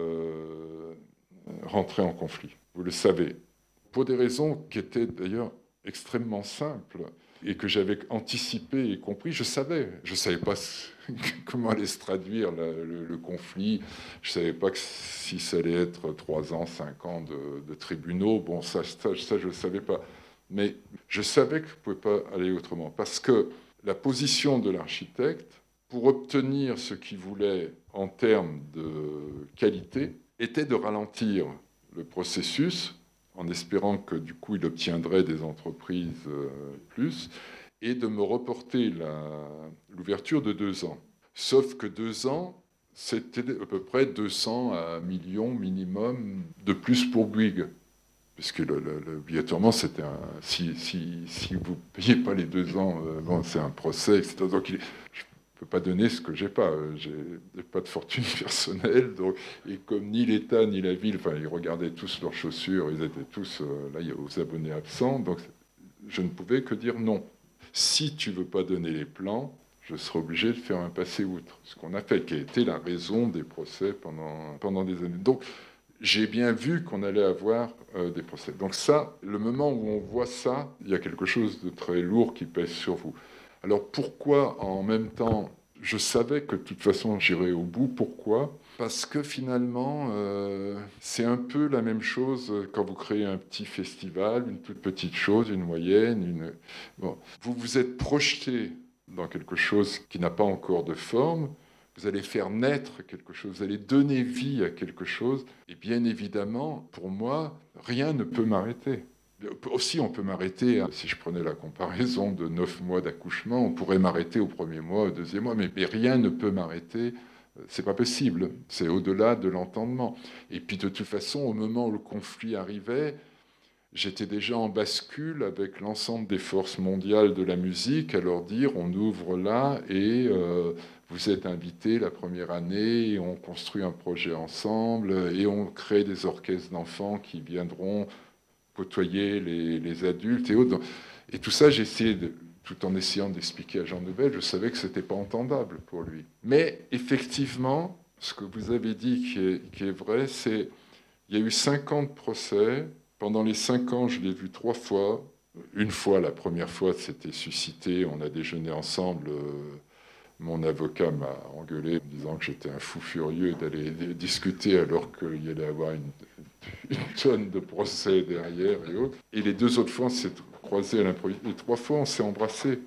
S3: euh, rentrer en conflit, vous le savez, pour des raisons qui étaient d'ailleurs extrêmement simples, et que j'avais anticipé et compris, je savais. Je ne savais pas comment allait se traduire le, le, le conflit. Je ne savais pas que si ça allait être trois ans, cinq ans de, de tribunaux. Bon, ça, ça, ça je ne le savais pas. Mais je savais que je ne pouvais pas aller autrement. Parce que la position de l'architecte, pour obtenir ce qu'il voulait en termes de qualité, était de ralentir le processus, en espérant que du coup il obtiendrait des entreprises euh, plus, et de me reporter la, l'ouverture de deux ans. Sauf que deux ans, c'était à peu près deux cents à un million minimum de plus pour Bouygues. Puisque le, le, le, obligatoirement, c'était un, si, si, si vous ne payez pas les deux ans, euh, bon, c'est un procès, et cetera. Donc il, je ne peux pas donner ce que je n'ai pas. Je n'ai pas de fortune personnelle. Donc, et comme ni l'État ni la ville, enfin, ils regardaient tous leurs chaussures, ils étaient tous euh, là, aux abonnés absents. Donc je ne pouvais que dire non. Si tu ne veux pas donner les plans, je serai obligé de faire un passé-outre. Ce qu'on a fait, qui a été la raison des procès pendant, pendant des années. Donc j'ai bien vu qu'on allait avoir euh, des procès. Donc ça, le moment où on voit ça, il y a quelque chose de très lourd qui pèse sur vous. Alors pourquoi en même temps, je savais que de toute façon j'irais au bout. Pourquoi ? Parce que finalement, euh, c'est un peu la même chose quand vous créez un petit festival, une toute petite chose, une moyenne. Une... Bon, vous vous êtes projeté dans quelque chose qui n'a pas encore de forme. Vous allez faire naître quelque chose, vous allez donner vie à quelque chose. Et bien évidemment, pour moi, rien ne peut m'arrêter. Aussi, on peut m'arrêter, si je prenais la comparaison de neuf mois d'accouchement, on pourrait m'arrêter au premier mois, au deuxième mois, mais, mais rien ne peut m'arrêter. C'est pas possible. C'est au-delà de l'entendement. Et puis, de toute façon, au moment où le conflit arrivait, j'étais déjà en bascule avec l'ensemble des forces mondiales de la musique à leur dire on ouvre là et euh, vous êtes invités la première année et on construit un projet ensemble et on crée des orchestres d'enfants qui viendront côtoyer les, les adultes et autres. Et tout ça, j'ai essayé, de, tout en essayant d'expliquer à Jean Nouvel, je savais que ce n'était pas entendable pour lui. Mais effectivement, ce que vous avez dit qui est, qui est vrai, c'est qu'il y a eu cinquante procès. Pendant les cinq ans, je l'ai vu trois fois. Une fois, la première fois, c'était suscité. On a déjeuné ensemble. Mon avocat m'a engueulé en disant que j'étais un fou furieux d'aller discuter alors qu'il y allait avoir une, une tonne de procès derrière et autres. Et les deux autres fois, on s'est croisés à l'improviste. Les trois fois, on s'est embrassés.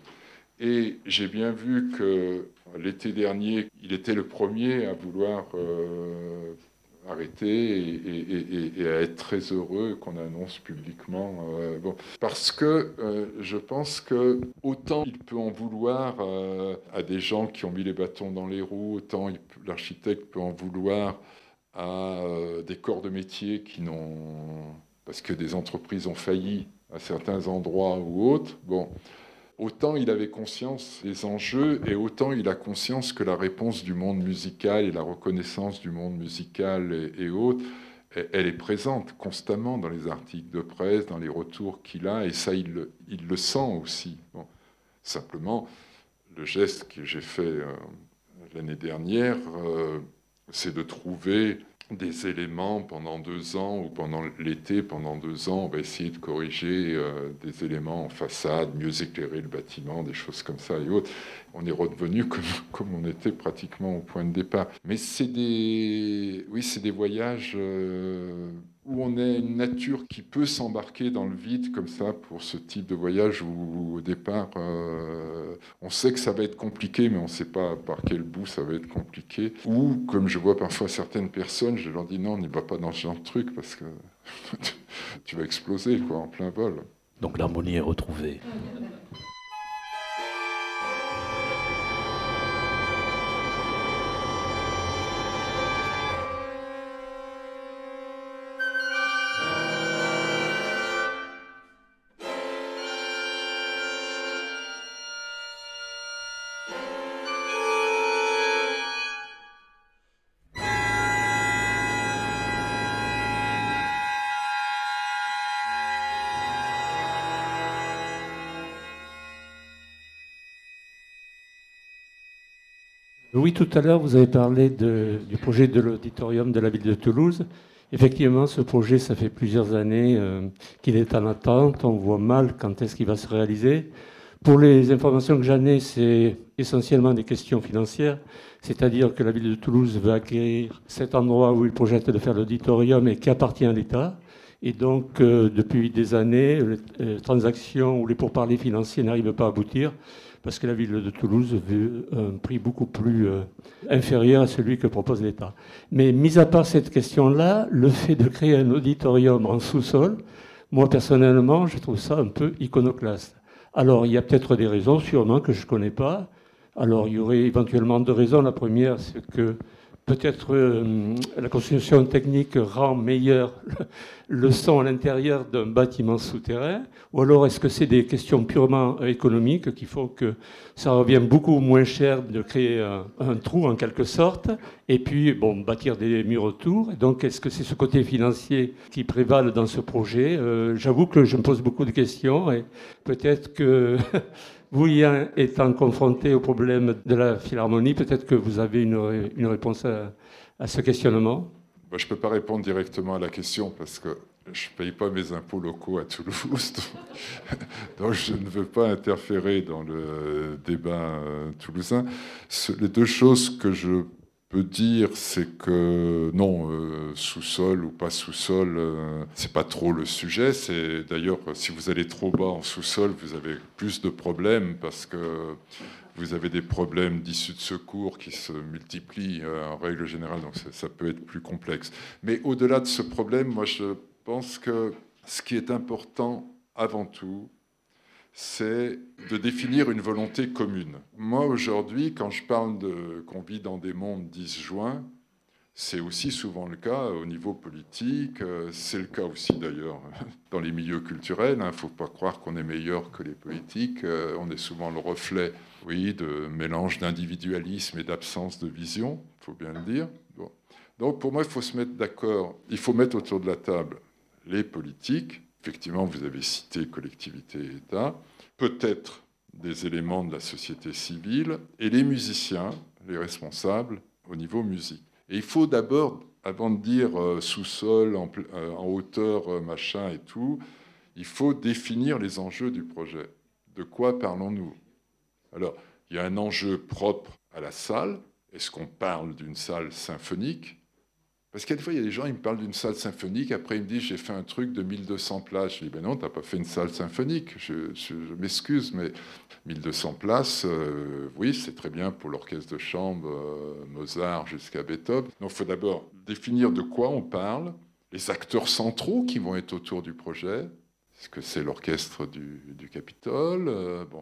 S3: Et j'ai bien vu que l'été dernier, il était le premier à vouloir... Euh, arrêter et, et, et, et à être très heureux qu'on annonce publiquement. Euh, bon. Parce que euh, je pense que autant il peut en vouloir euh, à des gens qui ont mis les bâtons dans les roues, autant il peut, l'architecte peut en vouloir à euh, des corps de métier qui n'ont... parce que des entreprises ont failli à certains endroits ou autres. Bon. Autant il avait conscience des enjeux et autant il a conscience que la réponse du monde musical et la reconnaissance du monde musical et, et autres, elle est présente constamment dans les articles de presse, dans les retours qu'il a, et ça, il le, il le sent aussi. Bon. Simplement, le geste que j'ai fait euh, l'année dernière, euh, c'est de trouver des éléments pendant deux ans ou pendant l'été, pendant deux ans, on va essayer de corriger euh, des éléments en façade, mieux éclairer le bâtiment, des choses comme ça et autres. On est revenu comme, comme on était pratiquement au point de départ. Mais c'est des, oui, c'est des voyages euh, où on a une nature qui peut s'embarquer dans le vide comme ça pour ce type de voyage où au départ, euh, on sait que ça va être compliqué, mais on ne sait pas par quel bout ça va être compliqué. Ou, comme je vois parfois certaines personnes, je leur dis non, n'y va pas dans ce genre de truc parce que tu vas exploser quoi, en plein vol.
S2: Donc l'harmonie est retrouvée.
S4: Oui, tout à l'heure, vous avez parlé de, du projet de l'auditorium de la ville de Toulouse. Effectivement, ce projet, ça fait plusieurs années euh, qu'il est en attente. On voit mal quand est-ce qu'il va se réaliser. Pour les informations que j'en ai, c'est essentiellement des questions financières, c'est-à-dire que la ville de Toulouse veut acquérir cet endroit où il projette de faire l'auditorium et qui appartient à l'État. Et donc, euh, depuis des années, les transactions ou les pourparlers financiers n'arrivent pas à aboutir parce que la ville de Toulouse veut un prix beaucoup plus euh, inférieur à celui que propose l'État. Mais mis à part cette question-là, le fait de créer un auditorium en sous-sol, moi personnellement, je trouve ça un peu iconoclaste. Alors, il y a peut-être des raisons, sûrement, que je ne connais pas. Alors, il y aurait éventuellement deux raisons. La première, c'est que peut-être euh, la construction technique rend meilleur le son à l'intérieur d'un bâtiment souterrain, ou alors est-ce que c'est des questions purement économiques qui font que ça revient beaucoup moins cher de créer un, un trou en quelque sorte, et puis bon, bâtir des murs autour. Et donc est-ce que c'est ce côté financier qui prévale dans ce projet? euh, J'avoue que je me pose beaucoup de questions, et peut-être que vous y étant confronté au problème de la Philharmonie, peut-être que vous avez une, une réponse à, à ce questionnement.
S3: Bah, je ne peux pas répondre directement à la question parce que je ne paye pas mes impôts locaux à Toulouse, donc, donc je ne veux pas interférer dans le débat euh, toulousain. Ce, les deux choses que je peux dire, c'est que non, euh, sous-sol ou pas sous-sol, euh, c'est pas trop le sujet. C'est d'ailleurs, si vous allez trop bas en sous-sol, vous avez plus de problèmes parce que vous avez des problèmes d'issue de secours qui se multiplient euh, en règle générale, donc ça, ça peut être plus complexe. Mais au-delà de ce problème, moi je pense que ce qui est important avant tout, c'est de définir une volonté commune. Moi aujourd'hui, quand je parle de, qu'on vit dans des mondes disjoints, c'est aussi souvent le cas au niveau politique, c'est le cas aussi d'ailleurs dans les milieux culturels. Il ne faut pas croire qu'on est meilleur que les politiques, on est souvent le reflet, oui, de mélange d'individualisme et d'absence de vision, il faut bien le dire. Bon. Donc pour moi, il faut se mettre d'accord, il faut mettre autour de la table les politiques, effectivement vous avez cité collectivité et État, peut-être des éléments de la société civile, et les musiciens, les responsables au niveau musique. Et il faut d'abord, avant de dire euh, sous-sol, en, euh, en hauteur, euh, machin et tout, il faut définir les enjeux du projet. De quoi parlons-nous? Alors, il y a un enjeu propre à la salle. Est-ce qu'on parle d'une salle symphonique? Parce qu'à des fois, il y a des gens, ils me parlent d'une salle symphonique, après ils me disent, j'ai fait un truc de mille deux cents places. Je dis, ben non, tu n'as pas fait une salle symphonique, je, je, je m'excuse, mais mille deux cents places, euh, oui, c'est très bien pour l'orchestre de chambre, euh, Mozart jusqu'à Beethoven. Donc il faut d'abord définir de quoi on parle, les acteurs centraux qui vont être autour du projet. Est-ce que c'est l'orchestre du, du Capitole? euh, Bon.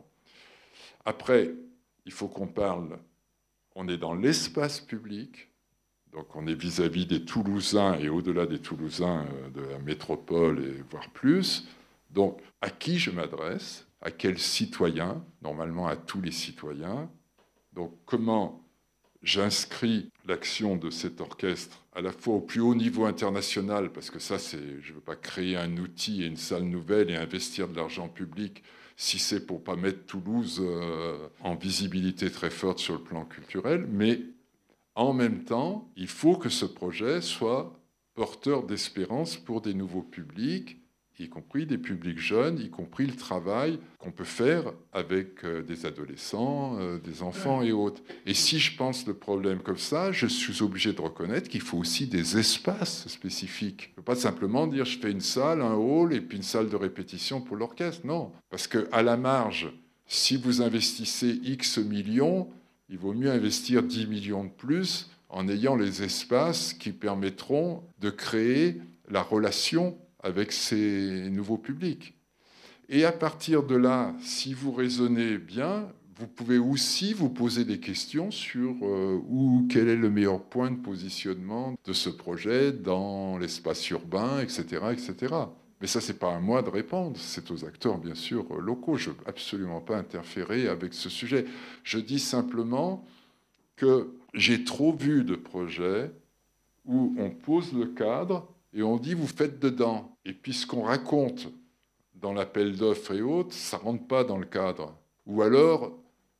S3: Après, il faut qu'on parle, on est dans l'espace public. Donc on est vis-à-vis des Toulousains et au-delà des Toulousains de la métropole et voire plus. Donc à qui je m'adresse? À quels citoyens? Normalement à tous les citoyens. Donc comment j'inscris l'action de cet orchestre à la fois au plus haut niveau international, parce que ça, c'est, je ne veux pas créer un outil et une salle nouvelle et investir de l'argent public si c'est pour ne pas mettre Toulouse euh, en visibilité très forte sur le plan culturel, mais en même temps, il faut que ce projet soit porteur d'espérance pour des nouveaux publics, y compris des publics jeunes, y compris le travail qu'on peut faire avec des adolescents, des enfants et autres. Et si je pense le problème comme ça, je suis obligé de reconnaître qu'il faut aussi des espaces spécifiques. Je ne peux pas simplement dire je fais une salle, un hall et puis une salle de répétition pour l'orchestre. Non, parce qu'à la marge, si vous investissez X millions, il vaut mieux investir dix millions de plus en ayant les espaces qui permettront de créer la relation avec ces nouveaux publics. Et à partir de là, si vous raisonnez bien, vous pouvez aussi vous poser des questions sur euh, où, quel est le meilleur point de positionnement de ce projet dans l'espace urbain, et cetera, et cetera. Mais ça, ce n'est pas à moi de répondre, c'est aux acteurs, bien sûr, locaux. Je ne veux absolument pas interférer avec ce sujet. Je dis simplement que j'ai trop vu de projets où on pose le cadre et on dit « vous faites dedans ». Et puis ce qu'on raconte dans l'appel d'offres et autres, ça ne rentre pas dans le cadre. Ou alors,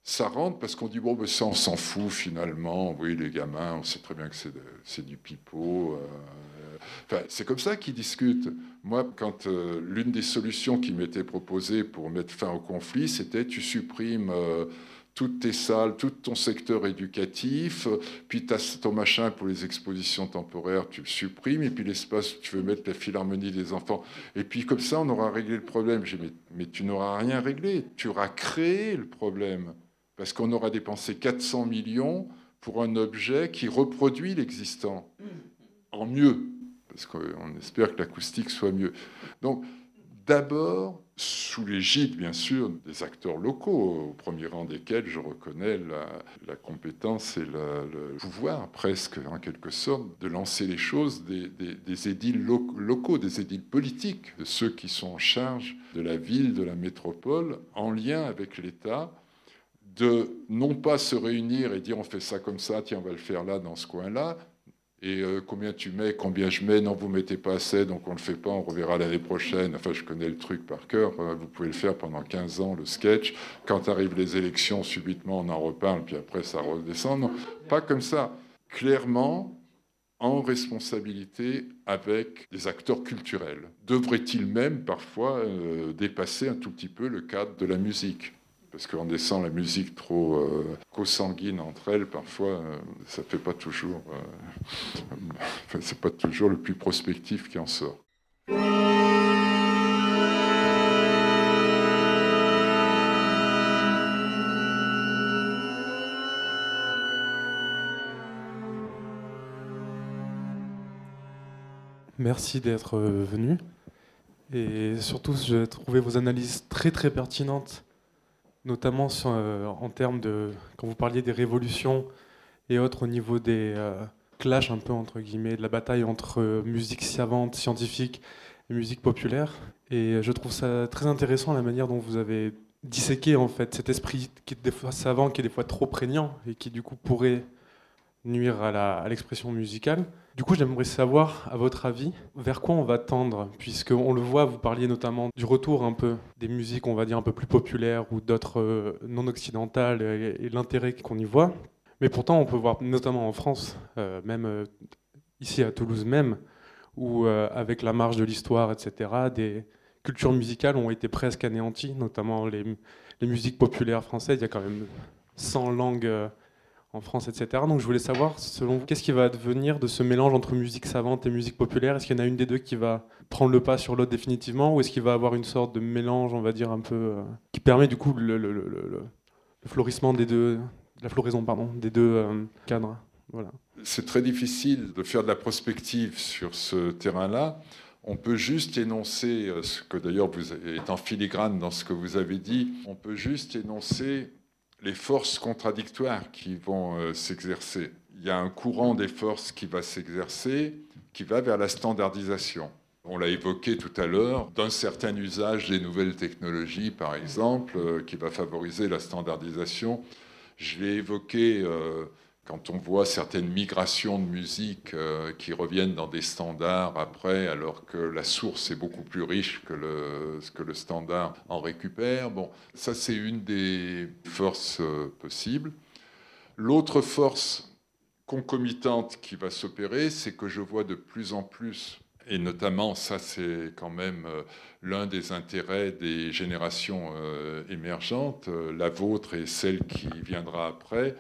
S3: ça rentre parce qu'on dit, bon, ben, ça, on s'en fout finalement. Oui, les gamins, on sait très bien que c'est, de, c'est du pipeau. Euh, enfin, c'est comme ça qu'ils discutent. Moi, quand euh, l'une des solutions qui m'était proposée pour mettre fin au conflit, c'était tu supprimes euh, toutes tes salles, tout ton secteur éducatif, puis tu as ton machin pour les expositions temporaires, tu le supprimes, et puis l'espace où tu veux mettre la philharmonie des enfants. Et puis comme ça, on aura réglé le problème. J'ai dit, mais, mais tu n'auras rien réglé, tu auras créé le problème. Parce qu'on aura dépensé quatre cents millions pour un objet qui reproduit l'existant en mieux. Parce qu'on espère que l'acoustique soit mieux. Donc, d'abord, sous l'égide, bien sûr, des acteurs locaux, au premier rang desquels je reconnais la, la compétence et la, le pouvoir, presque, en quelque sorte, de lancer les choses des, des, des édiles locaux, des édiles politiques, de ceux qui sont en charge de la ville, de la métropole, en lien avec l'État, de non pas se réunir et dire on fait ça comme ça, tiens on va le faire là dans ce coin-là, et euh, combien tu mets, combien je mets, non vous mettez pas assez, donc on le fait pas, on reverra l'année prochaine, enfin je connais le truc par cœur, vous pouvez le faire pendant quinze ans, le sketch, quand arrivent les élections, subitement on en reparle, puis après ça redescend, non, pas comme ça, clairement, en responsabilité avec les acteurs culturels. Devrait-il même parfois euh, dépasser un tout petit peu le cadre de la musique ? Parce qu'on descend la musique trop euh, co-sanguine entre elles, parfois, euh, ça ne fait pas toujours, euh, enfin, c'est pas toujours le plus prospectif qui en sort.
S5: Merci d'être venu. Et surtout, j'ai trouvé vos analyses très très pertinentes, notamment sur, euh, en termes de, quand vous parliez des révolutions et autres au niveau des euh, clashs un peu entre guillemets, de la bataille entre euh, musique savante, scientifique et musique populaire. Et je trouve ça très intéressant la manière dont vous avez disséqué en fait cet esprit qui est des fois savant, qui est des fois trop prégnant et qui du coup pourrait nuire à, la, à l'expression musicale. Du coup, j'aimerais savoir, à votre avis, vers quoi on va tendre, puisqu'on le voit, vous parliez notamment du retour un peu des musiques, on va dire, un peu plus populaires ou d'autres euh, non occidentales et, et l'intérêt qu'on y voit. Mais pourtant, on peut voir, notamment en France, euh, même euh, ici à Toulouse même, où euh, avec la marche de l'histoire, et cetera, des cultures musicales ont été presque anéanties, notamment les, les musiques populaires françaises. Il y a quand même cent langues euh, en France, et cetera. Donc je voulais savoir, selon vous, qu'est-ce qui va advenir de ce mélange entre musique savante et musique populaire ? Est-ce qu'il y en a une des deux qui va prendre le pas sur l'autre définitivement, ou est-ce qu'il va avoir une sorte de mélange, on va dire, un peu... Euh, qui permet du coup le, le, le, le, le florissement des deux... la floraison, pardon, des deux euh, cadres. Voilà.
S3: C'est très difficile de faire de la prospective sur ce terrain-là. On peut juste énoncer, ce que d'ailleurs vous est en filigrane dans ce que vous avez dit, on peut juste énoncer les forces contradictoires qui vont euh, s'exercer. Il y a un courant des forces qui va s'exercer, qui va vers la standardisation. On l'a évoqué tout à l'heure, d'un certain usage des nouvelles technologies, par exemple, euh, qui va favoriser la standardisation. Je l'ai évoqué euh, quand on voit certaines migrations de musique euh, qui reviennent dans des standards après, alors que la source est beaucoup plus riche que le, que le standard en récupère. Bon, ça, c'est une des forces euh, possibles. L'autre force concomitante qui va s'opérer, c'est que je vois de plus en plus, et notamment, ça, c'est quand même euh, l'un des intérêts des générations euh, émergentes, euh, la vôtre et celle qui viendra après,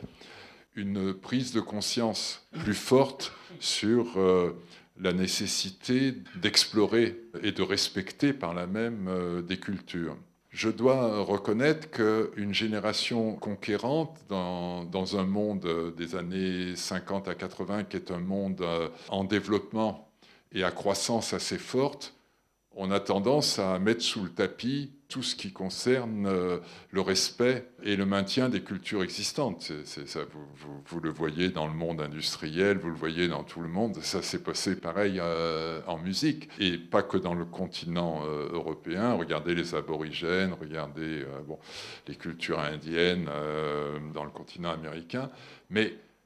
S3: une prise de conscience plus forte sur euh, la nécessité d'explorer et de respecter par là même euh, des cultures. Je dois reconnaître qu'une génération conquérante dans, dans un monde des années cinquante à quatre-vingts, qui est un monde euh, en développement et à croissance assez forte, on a tendance à mettre sous le tapis tout ce qui concerne euh, le respect et le maintien des cultures existantes. C'est, c'est ça, vous, vous, vous le voyez dans le monde industriel, vous le voyez dans tout le monde. Ça s'est passé pareil euh, en musique, et pas que dans le continent euh, européen. Regardez les aborigènes, regardez euh, bon, les cultures indiennes euh, dans le continent américain. Mais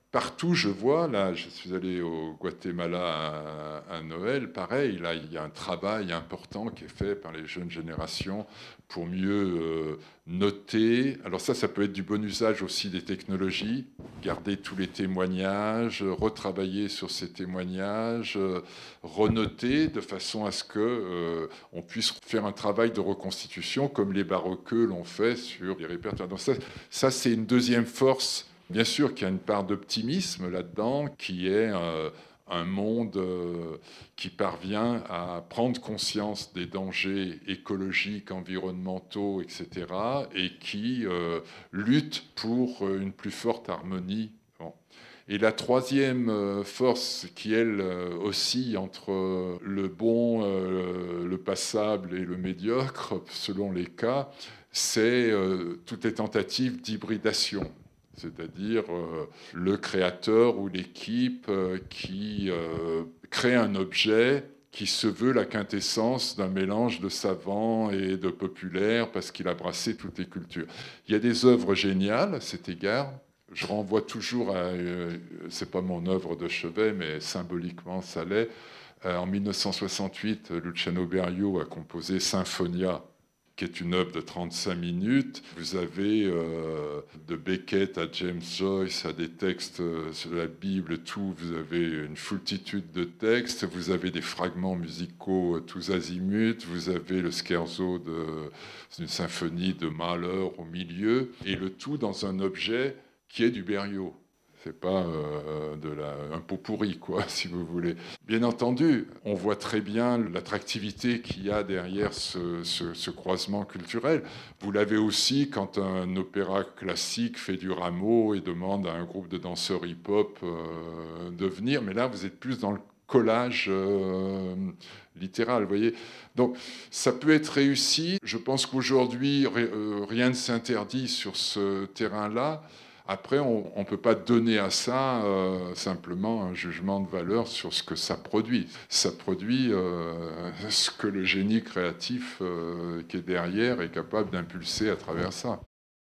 S3: partout, je vois, là, je suis allé au Guatemala à, à Noël, pareil, là, il y a un travail important qui est fait par les jeunes générations pour mieux euh, noter. Alors ça, ça peut être du bon usage aussi des technologies, garder tous les témoignages, retravailler sur ces témoignages, euh, renoter de façon à ce que euh, on puisse faire un travail de reconstitution comme les baroqueux l'ont fait sur les répertoires. Donc ça, ça c'est une deuxième force. Bien sûr qu'il y a une part d'optimisme là-dedans, qui est euh, un monde euh, qui parvient à prendre conscience des dangers écologiques, environnementaux, et cetera, et qui euh, lutte pour une plus forte harmonie. Bon. Et la troisième force qui, elle, oscille entre le bon, euh, le passable et le médiocre, selon les cas, c'est euh, toutes les tentatives d'hybridation. C'est-à-dire euh, le créateur ou l'équipe euh, qui euh, crée un objet qui se veut la quintessence d'un mélange de savant et de populaire parce qu'il a brassé toutes les cultures. Il y a des œuvres géniales à cet égard. Je renvoie toujours à, euh, c'est pas mon œuvre de chevet, mais symboliquement ça l'est. Euh, en mille neuf cent soixante-huit, Luciano Berio a composé Symphonia, qui est une œuvre de trente-cinq minutes. Vous avez euh, de Beckett à James Joyce, à des textes sur la Bible, tout. Vous avez une foultitude de textes. Vous avez des fragments musicaux tous azimuts. Vous avez le scherzo d'une symphonie de Mahler au milieu. Et le tout dans un objet qui est du Berio. C'est pas euh, de la, un pot pourri, quoi, si vous voulez. Bien entendu, on voit très bien l'attractivité qu'il y a derrière ce, ce, ce croisement culturel. Vous l'avez aussi quand un opéra classique fait du Rameau et demande à un groupe de danseurs hip-hop euh, de venir. Mais là, vous êtes plus dans le collage euh, littéral, vous voyez. Donc, ça peut être réussi. Je pense qu'aujourd'hui, rien ne s'interdit sur ce terrain-là. Après, on ne peut pas donner à ça euh, simplement un jugement de valeur sur ce que ça produit. Ça produit euh, ce que le génie créatif euh, qui est derrière est capable d'impulser à travers ça.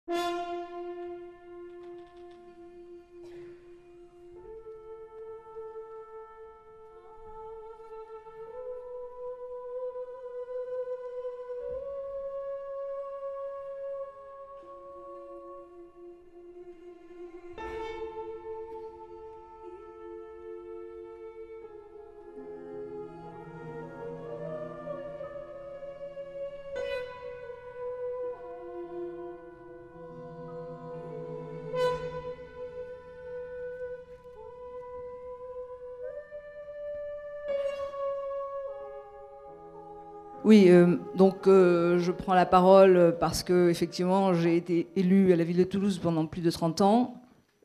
S6: Oui, euh, donc euh, je prends la parole parce que effectivement j'ai été élue à la ville de Toulouse pendant plus de trente ans,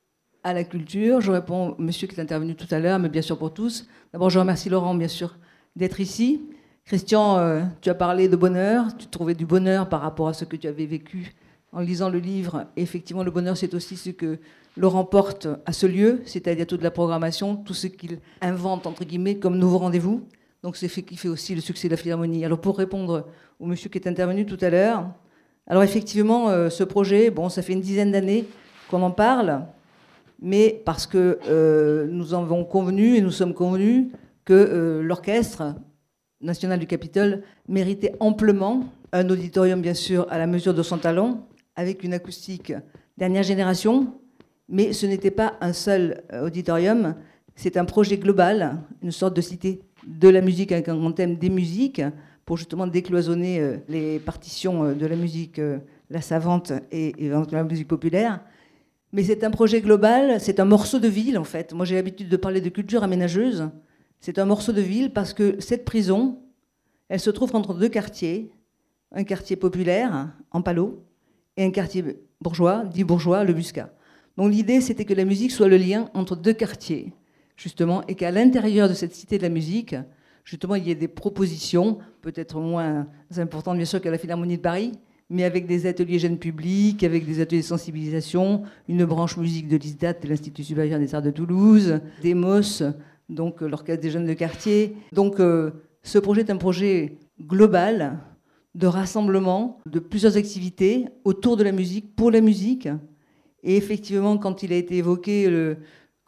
S6: à la culture. Je réponds au monsieur qui est intervenu tout à l'heure, mais bien sûr pour tous. D'abord, je remercie Laurent, bien sûr, d'être ici. Christian, euh, tu as parlé de bonheur, tu trouvais du bonheur par rapport à ce que tu avais vécu en lisant le livre. Et effectivement, le bonheur, c'est aussi ce que Laurent porte à ce lieu, c'est-à-dire toute la programmation, tout ce qu'il invente, entre guillemets, comme nouveau rendez-vous. Donc c'est ce qui fait aussi le succès de la Philharmonie. Alors pour répondre au monsieur qui est intervenu tout à l'heure, alors effectivement, euh, ce projet, bon, ça fait une dizaine d'années qu'on en parle, mais parce que euh, nous en avons convenu et nous sommes convenus que euh, l'Orchestre national du Capitole méritait amplement un auditorium, bien sûr, à la mesure de son talent, avec une acoustique dernière génération, mais ce n'était pas un seul auditorium, c'est un projet global, une sorte de cité de la musique avec un grand thème des musiques, pour justement décloisonner les partitions de la musique, la savante et éventuellement la musique populaire. Mais c'est un projet global, c'est un morceau de ville en fait. Moi j'ai l'habitude de parler de culture aménageuse. C'est un morceau de ville parce que cette prison, elle se trouve entre deux quartiers, un quartier populaire, en Palo, et un quartier bourgeois, dit bourgeois, le Buscat. Donc l'idée c'était que la musique soit le lien entre deux quartiers, justement, et qu'à l'intérieur de cette cité de la musique, justement, il y ait des propositions, peut-être moins importantes, bien sûr, qu'à la Philharmonie de Paris, mais avec des ateliers jeunes publics, avec des ateliers de sensibilisation, une branche musique de l'I S D A T, de l'Institut supérieur des arts de Toulouse, des M O S, donc l'Orchestre des jeunes de quartier. Donc, euh, ce projet est un projet global de rassemblement de plusieurs activités autour de la musique, pour la musique. Et effectivement, quand il a été évoqué le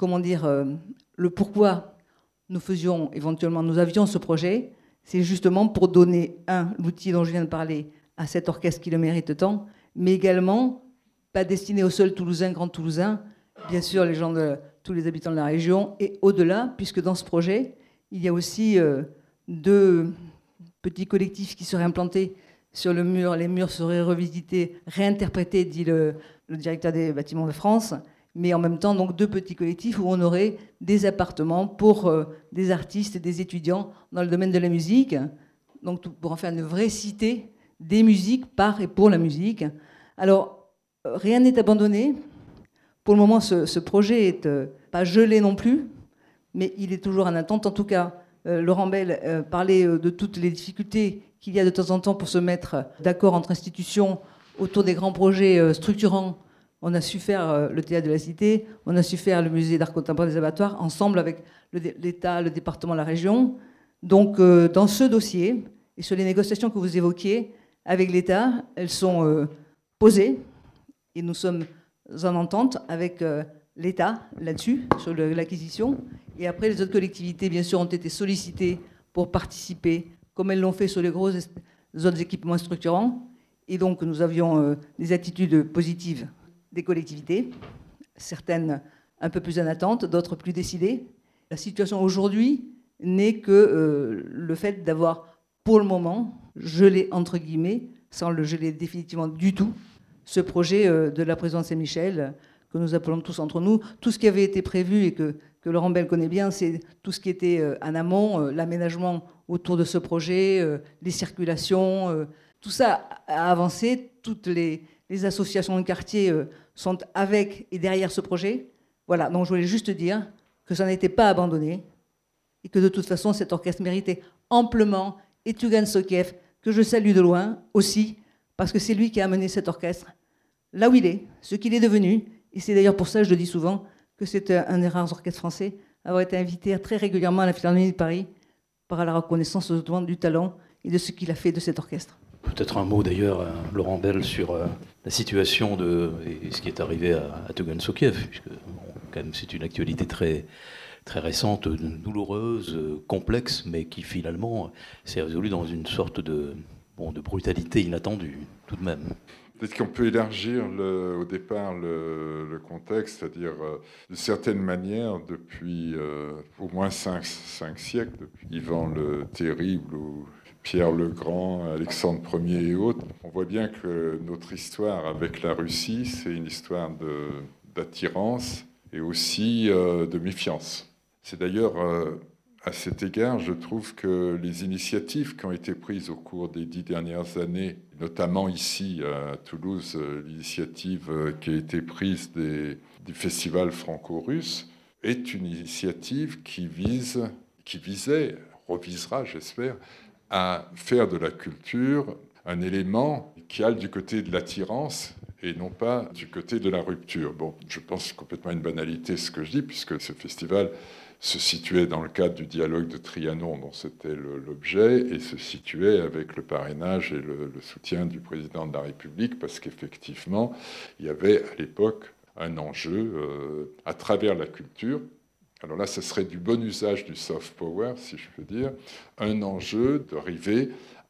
S6: comment dire, euh, le pourquoi nous faisions éventuellement, nous avions ce projet, c'est justement pour donner, un, l'outil dont je viens de parler à cet orchestre qui le mérite tant, mais également pas destiné aux seuls Toulousains, grands Toulousains, bien sûr les gens de tous les habitants de la région, et au-delà, puisque dans ce projet, il y a aussi euh, deux petits collectifs qui seraient implantés sur le mur. Les murs seraient revisités, réinterprétés, dit le, le directeur des Bâtiments de France, mais en même temps, donc, deux petits collectifs où on aurait des appartements pour euh, des artistes et des étudiants dans le domaine de la musique, donc pour en faire une vraie cité des musiques par et pour la musique. Alors, euh, rien n'est abandonné. Pour le moment, ce, ce projet est euh, pas gelé non plus, mais il est toujours en attente. En tout cas, euh, Laurent Bayle euh, parlait euh, de toutes les difficultés qu'il y a de temps en temps pour se mettre d'accord entre institutions autour des grands projets euh, structurants. On a su faire euh, le Théâtre de la Cité, on a su faire le Musée d'art contemporain des abattoirs, ensemble avec le, l'État, le département, la région. Donc, euh, dans ce dossier, et sur les négociations que vous évoquiez avec l'État, elles sont euh, posées, et nous sommes en entente avec euh, l'État là-dessus, sur le, l'acquisition. Et après, les autres collectivités, bien sûr, ont été sollicitées pour participer, comme elles l'ont fait sur les gros autres équipements structurants. Et donc, nous avions euh, des attitudes positives des collectivités, certaines un peu plus en attente, d'autres plus décidées. La situation aujourd'hui n'est que euh, le fait d'avoir, pour le moment, gelé, entre guillemets, sans le geler définitivement du tout, ce projet euh, de la présidence Saint-Michel, euh, que nous appelons tous entre nous. Tout ce qui avait été prévu et que, que Laurent Bayle connaît bien, c'est tout ce qui était euh, en amont, euh, l'aménagement autour de ce projet, euh, les circulations, euh, tout ça a avancé. Toutes les, les associations de quartier euh, sont avec et derrière ce projet. Voilà, donc je voulais juste dire que ça n'était pas abandonné et que de toute façon, cet orchestre méritait amplement, et Tugan Sokiev, que je salue de loin aussi, parce que c'est lui qui a amené cet orchestre là où il est, ce qu'il est devenu. Et c'est d'ailleurs pour ça, je le dis souvent, que c'est un des rares orchestres français à avoir été invité très régulièrement à la Philharmonie de Paris par la reconnaissance du talent et de ce qu'il a fait de cet orchestre.
S2: Peut-être un mot d'ailleurs, Laurent Bayle, sur euh, la situation de, et ce qui est arrivé à, à Tugan Sokiev, puisque bon, quand même, c'est une actualité très, très récente, douloureuse, complexe, mais qui finalement s'est résolue dans une sorte de, bon, de brutalité inattendue, tout de même.
S3: Peut-être qu'on peut élargir le, au départ le, le contexte, c'est-à-dire euh, de certaines manières, depuis euh, au moins cinq, cinq siècles, depuis Ivan le Terrible ou Pierre le Grand, Alexandre Ier et autres, on voit bien que notre histoire avec la Russie, c'est une histoire de, d'attirance et aussi euh, de méfiance. C'est d'ailleurs... Euh, À cet égard, je trouve que les initiatives qui ont été prises au cours des dix dernières années, notamment ici à Toulouse, l'initiative qui a été prise des, du festival franco-russe, est une initiative qui vise, qui visait, revisera, j'espère, à faire de la culture un élément qui aille du côté de l'attirance et non pas du côté de la rupture. Bon, je pense que c'est complètement une banalité ce que je dis, puisque ce festival se situait dans le cadre du dialogue de Trianon, dont c'était le, l'objet, et se situait avec le parrainage et le, le soutien du président de la République, parce qu'effectivement, il y avait à l'époque un enjeu euh, à travers la culture. Alors là, ce serait du bon usage du soft power, si je peux dire, un enjeu d'arriver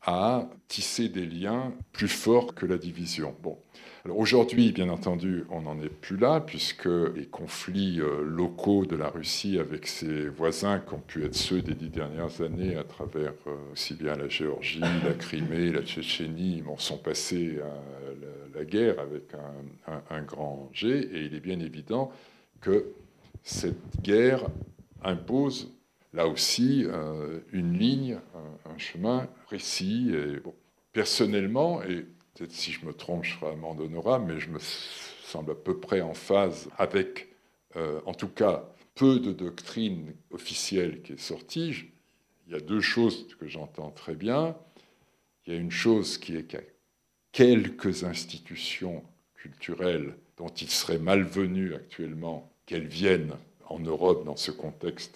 S3: à tisser des liens plus forts que la division. Bon. Alors aujourd'hui, bien entendu, on n'en est plus là, puisque les conflits locaux de la Russie avec ses voisins, qui ont pu être ceux des dix dernières années, à travers aussi bien la Géorgie, la Crimée, la Tchétchénie, bon, sont passés à la, la guerre avec un, un, un grand G, et il est bien évident que cette guerre impose, là aussi, euh, une ligne, un, un chemin précis. Et bon, personnellement, et peut-être si je me trompe, je ferai amende honorable, mais je me semble à peu près en phase avec, euh, en tout cas, peu de doctrine officielle qui est sortie. Il y a deux choses que j'entends très bien. Il y a une chose qui est qu'il y a quelques institutions culturelles dont il serait malvenu actuellement qu'elles viennent en Europe dans ce contexte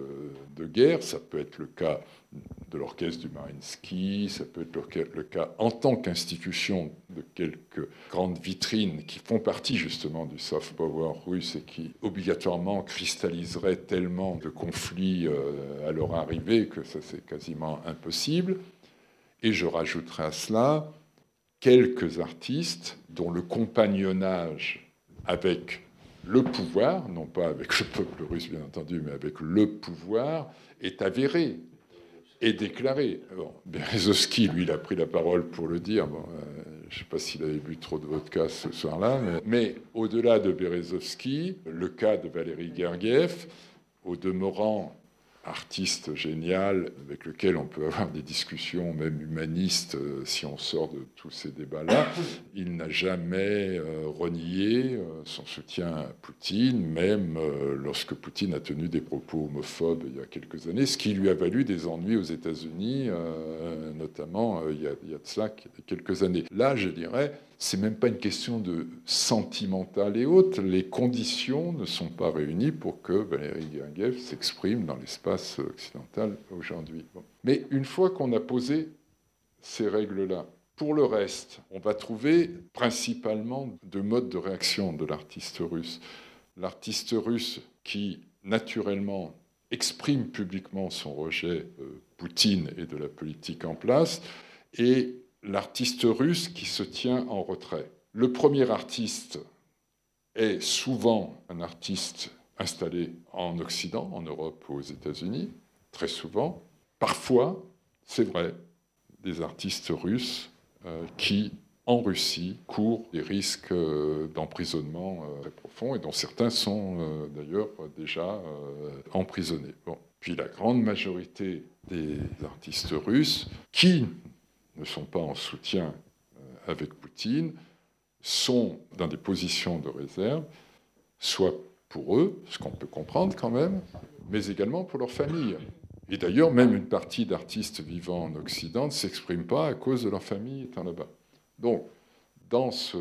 S3: de guerre. Ça peut être le cas de l'orchestre du Mariinsky, ça peut être le cas en tant qu'institution de quelques grandes vitrines qui font partie justement du soft power russe et qui obligatoirement cristalliseraient tellement de conflits à leur arrivée que ça c'est quasiment impossible. Et je rajouterai à cela quelques artistes dont le compagnonnage avec le pouvoir, non pas avec le peuple russe bien entendu, mais avec le pouvoir, est avéré et déclaré. Bon, Berezovsky, lui, il a pris la parole pour le dire. Bon, euh, je ne sais pas s'il avait bu trop de vodka ce soir-là, mais, mais au-delà de Berezovsky, le cas de Valéry Gergiev, au demeurant artiste génial avec lequel on peut avoir des discussions même humanistes euh, si on sort de tous ces débats-là. Il n'a jamais euh, renié euh, son soutien à Poutine, même euh, lorsque Poutine a tenu des propos homophobes il y a quelques années, ce qui lui a valu des ennuis aux États-Unis, euh, notamment euh, il, y a, il y a de cela quelques années. Là, je dirais, c'est même pas une question de sentimentale et autres. Les conditions ne sont pas réunies pour que Valéry Gergiev s'exprime dans l'espace occidental aujourd'hui. Bon. Mais une fois qu'on a posé ces règles-là, pour le reste, on va trouver principalement deux modes de réaction de l'artiste russe. L'artiste russe qui, naturellement, exprime publiquement son rejet de Poutine et de la politique en place, et l'artiste russe qui se tient en retrait. Le premier artiste est souvent un artiste installé en Occident, en Europe ou aux États-Unis, très souvent. Parfois, c'est vrai, des artistes russes euh, qui, en Russie, courent des risques euh, d'emprisonnement euh, très profonds et dont certains sont euh, d'ailleurs déjà euh, emprisonnés. Bon. Puis la grande majorité des artistes russes qui ne sont pas en soutien avec Poutine, sont dans des positions de réserve, soit pour eux, ce qu'on peut comprendre quand même, mais également pour leur famille. Et d'ailleurs, même une partie d'artistes vivant en Occident ne s'expriment pas à cause de leur famille étant là-bas. Donc, dans ce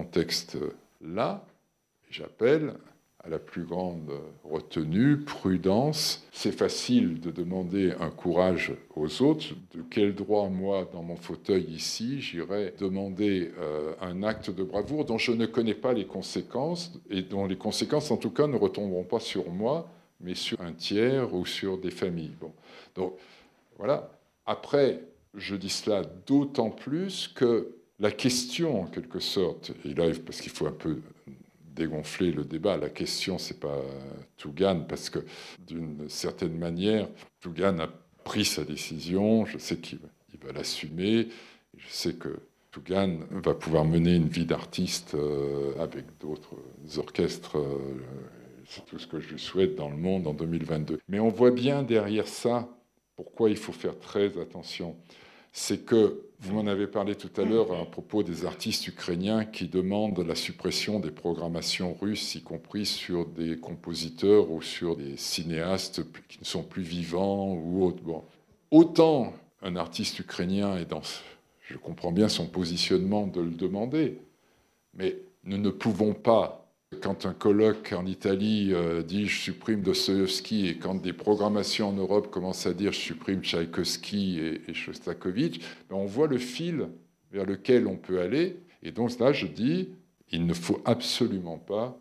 S3: contexte-là, j'appelle à la plus grande retenue, prudence. C'est facile de demander un courage aux autres. De quel droit, moi, dans mon fauteuil ici, j'irais demander euh, un acte de bravoure dont je ne connais pas les conséquences et dont les conséquences, en tout cas, ne retomberont pas sur moi, mais sur un tiers ou sur des familles. Bon. Donc, voilà. Après, je dis cela d'autant plus que la question, en quelque sorte, et là, parce qu'il faut un peu dégonfler le débat. La question, c'est pas Tougan, parce que d'une certaine manière, Tougan a pris sa décision. Je sais qu'il va l'assumer. Je sais que Tougan va pouvoir mener une vie d'artiste euh, avec d'autres orchestres. Euh, c'est tout ce que je lui souhaite dans le monde en deux mille vingt-deux. Mais on voit bien derrière ça pourquoi il faut faire très attention. C'est que, vous m'en avez parlé tout à l'heure à propos des artistes ukrainiens qui demandent la suppression des programmations russes, y compris sur des compositeurs ou sur des cinéastes qui ne sont plus vivants ou autres. Bon. Autant un artiste ukrainien est dans, je comprends bien son positionnement de le demander, mais nous ne pouvons pas, quand un colloque en Italie euh, dit « je supprime Dostoïevski » et quand des programmations en Europe commencent à dire « je supprime Tchaïkovski et, et Shostakovich », ben on voit le fil vers lequel on peut aller. Et donc là, je dis, il ne faut absolument pas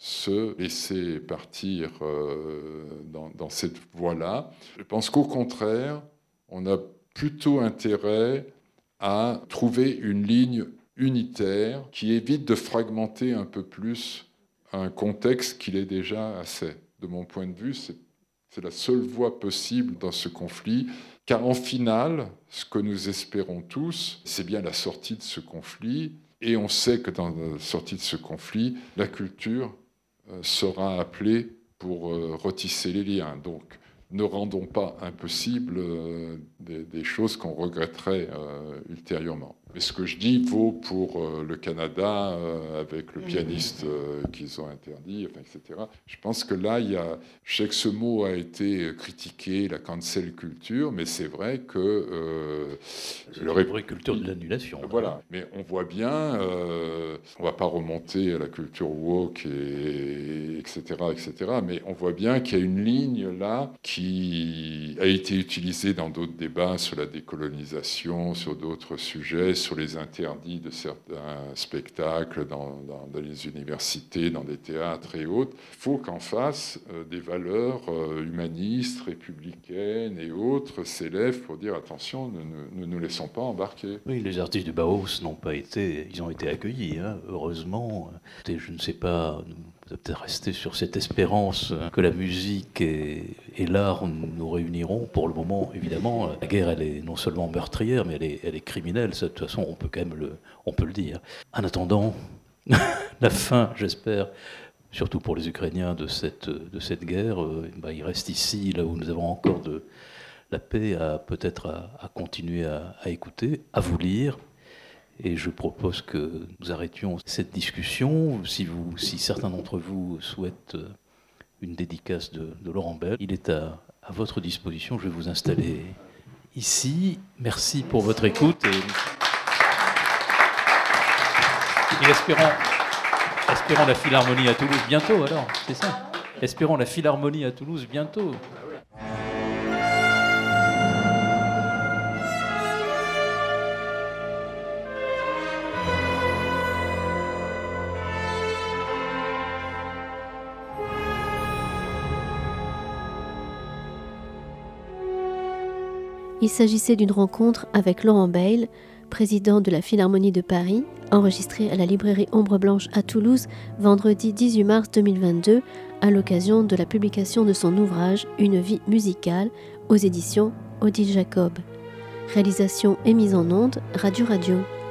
S3: se laisser partir euh, dans, dans cette voie-là. Je pense qu'au contraire, on a plutôt intérêt à trouver une ligne unitaire qui évite de fragmenter un peu plus un contexte qu'il est déjà assez. De mon point de vue, c'est, c'est la seule voie possible dans ce conflit, car en finale, ce que nous espérons tous, c'est bien la sortie de ce conflit, et on sait que dans la sortie de ce conflit, la culture sera appelée pour retisser les liens. Donc, ne rendons pas impossible des, des choses qu'on regretterait euh, ultérieurement. Mais ce que je dis vaut pour euh, le Canada, euh, avec le pianiste euh, qu'ils ont interdit, enfin, et cetera. Je pense que là, il y a... Je sais que ce mot a été critiqué, la cancel culture, mais c'est vrai que... Euh,
S2: c'est la vraie culture de l'annulation.
S3: Voilà, là. Mais on voit bien, euh, on ne va pas remonter à la culture woke, et, etc., et cetera, mais on voit bien qu'il y a une ligne là qui a été utilisée dans d'autres débats sur la décolonisation, sur d'autres sujets, sur les interdits de certains spectacles dans, dans, dans les universités, dans des théâtres et autres. Il faut qu'en face, euh, des valeurs euh, humanistes, républicaines et autres s'élèvent pour dire attention, ne, ne, ne nous laissons pas embarquer.
S2: Oui, les artistes du Bauhaus n'ont pas été, ils ont été accueillis, hein, heureusement. Et je ne sais pas, vous êtes peut-être resté sur cette espérance que la musique et, et l'art nous réuniront. Pour le moment, évidemment, la guerre, elle est non seulement meurtrière, mais elle est, elle est criminelle. Ça, de toute façon, on peut quand même le, on peut le dire. En attendant, la fin, j'espère, surtout pour les Ukrainiens, de cette, de cette guerre, euh, bah, il reste ici, là où nous avons encore de la paix, à peut-être à, à continuer à, à écouter, à vous lire. Et je propose que nous arrêtions cette discussion. Si, vous, si certains d'entre vous souhaitent une dédicace de, de Laurent Bell, il est à, à votre disposition. Je vais vous installer ici. Merci pour votre écoute. Et, et espérons, espérons la Philharmonie à Toulouse bientôt, alors, c'est ça. Espérons la Philharmonie à Toulouse bientôt.
S1: Il s'agissait d'une rencontre avec Laurent Bayle, président de la Philharmonie de Paris, enregistrée à la librairie Ombre Blanche à Toulouse, vendredi dix-huit mars deux mille vingt-deux, à l'occasion de la publication de son ouvrage « Une vie musicale » aux éditions Odile Jacob. Réalisation et mise en onde, Radio Radio.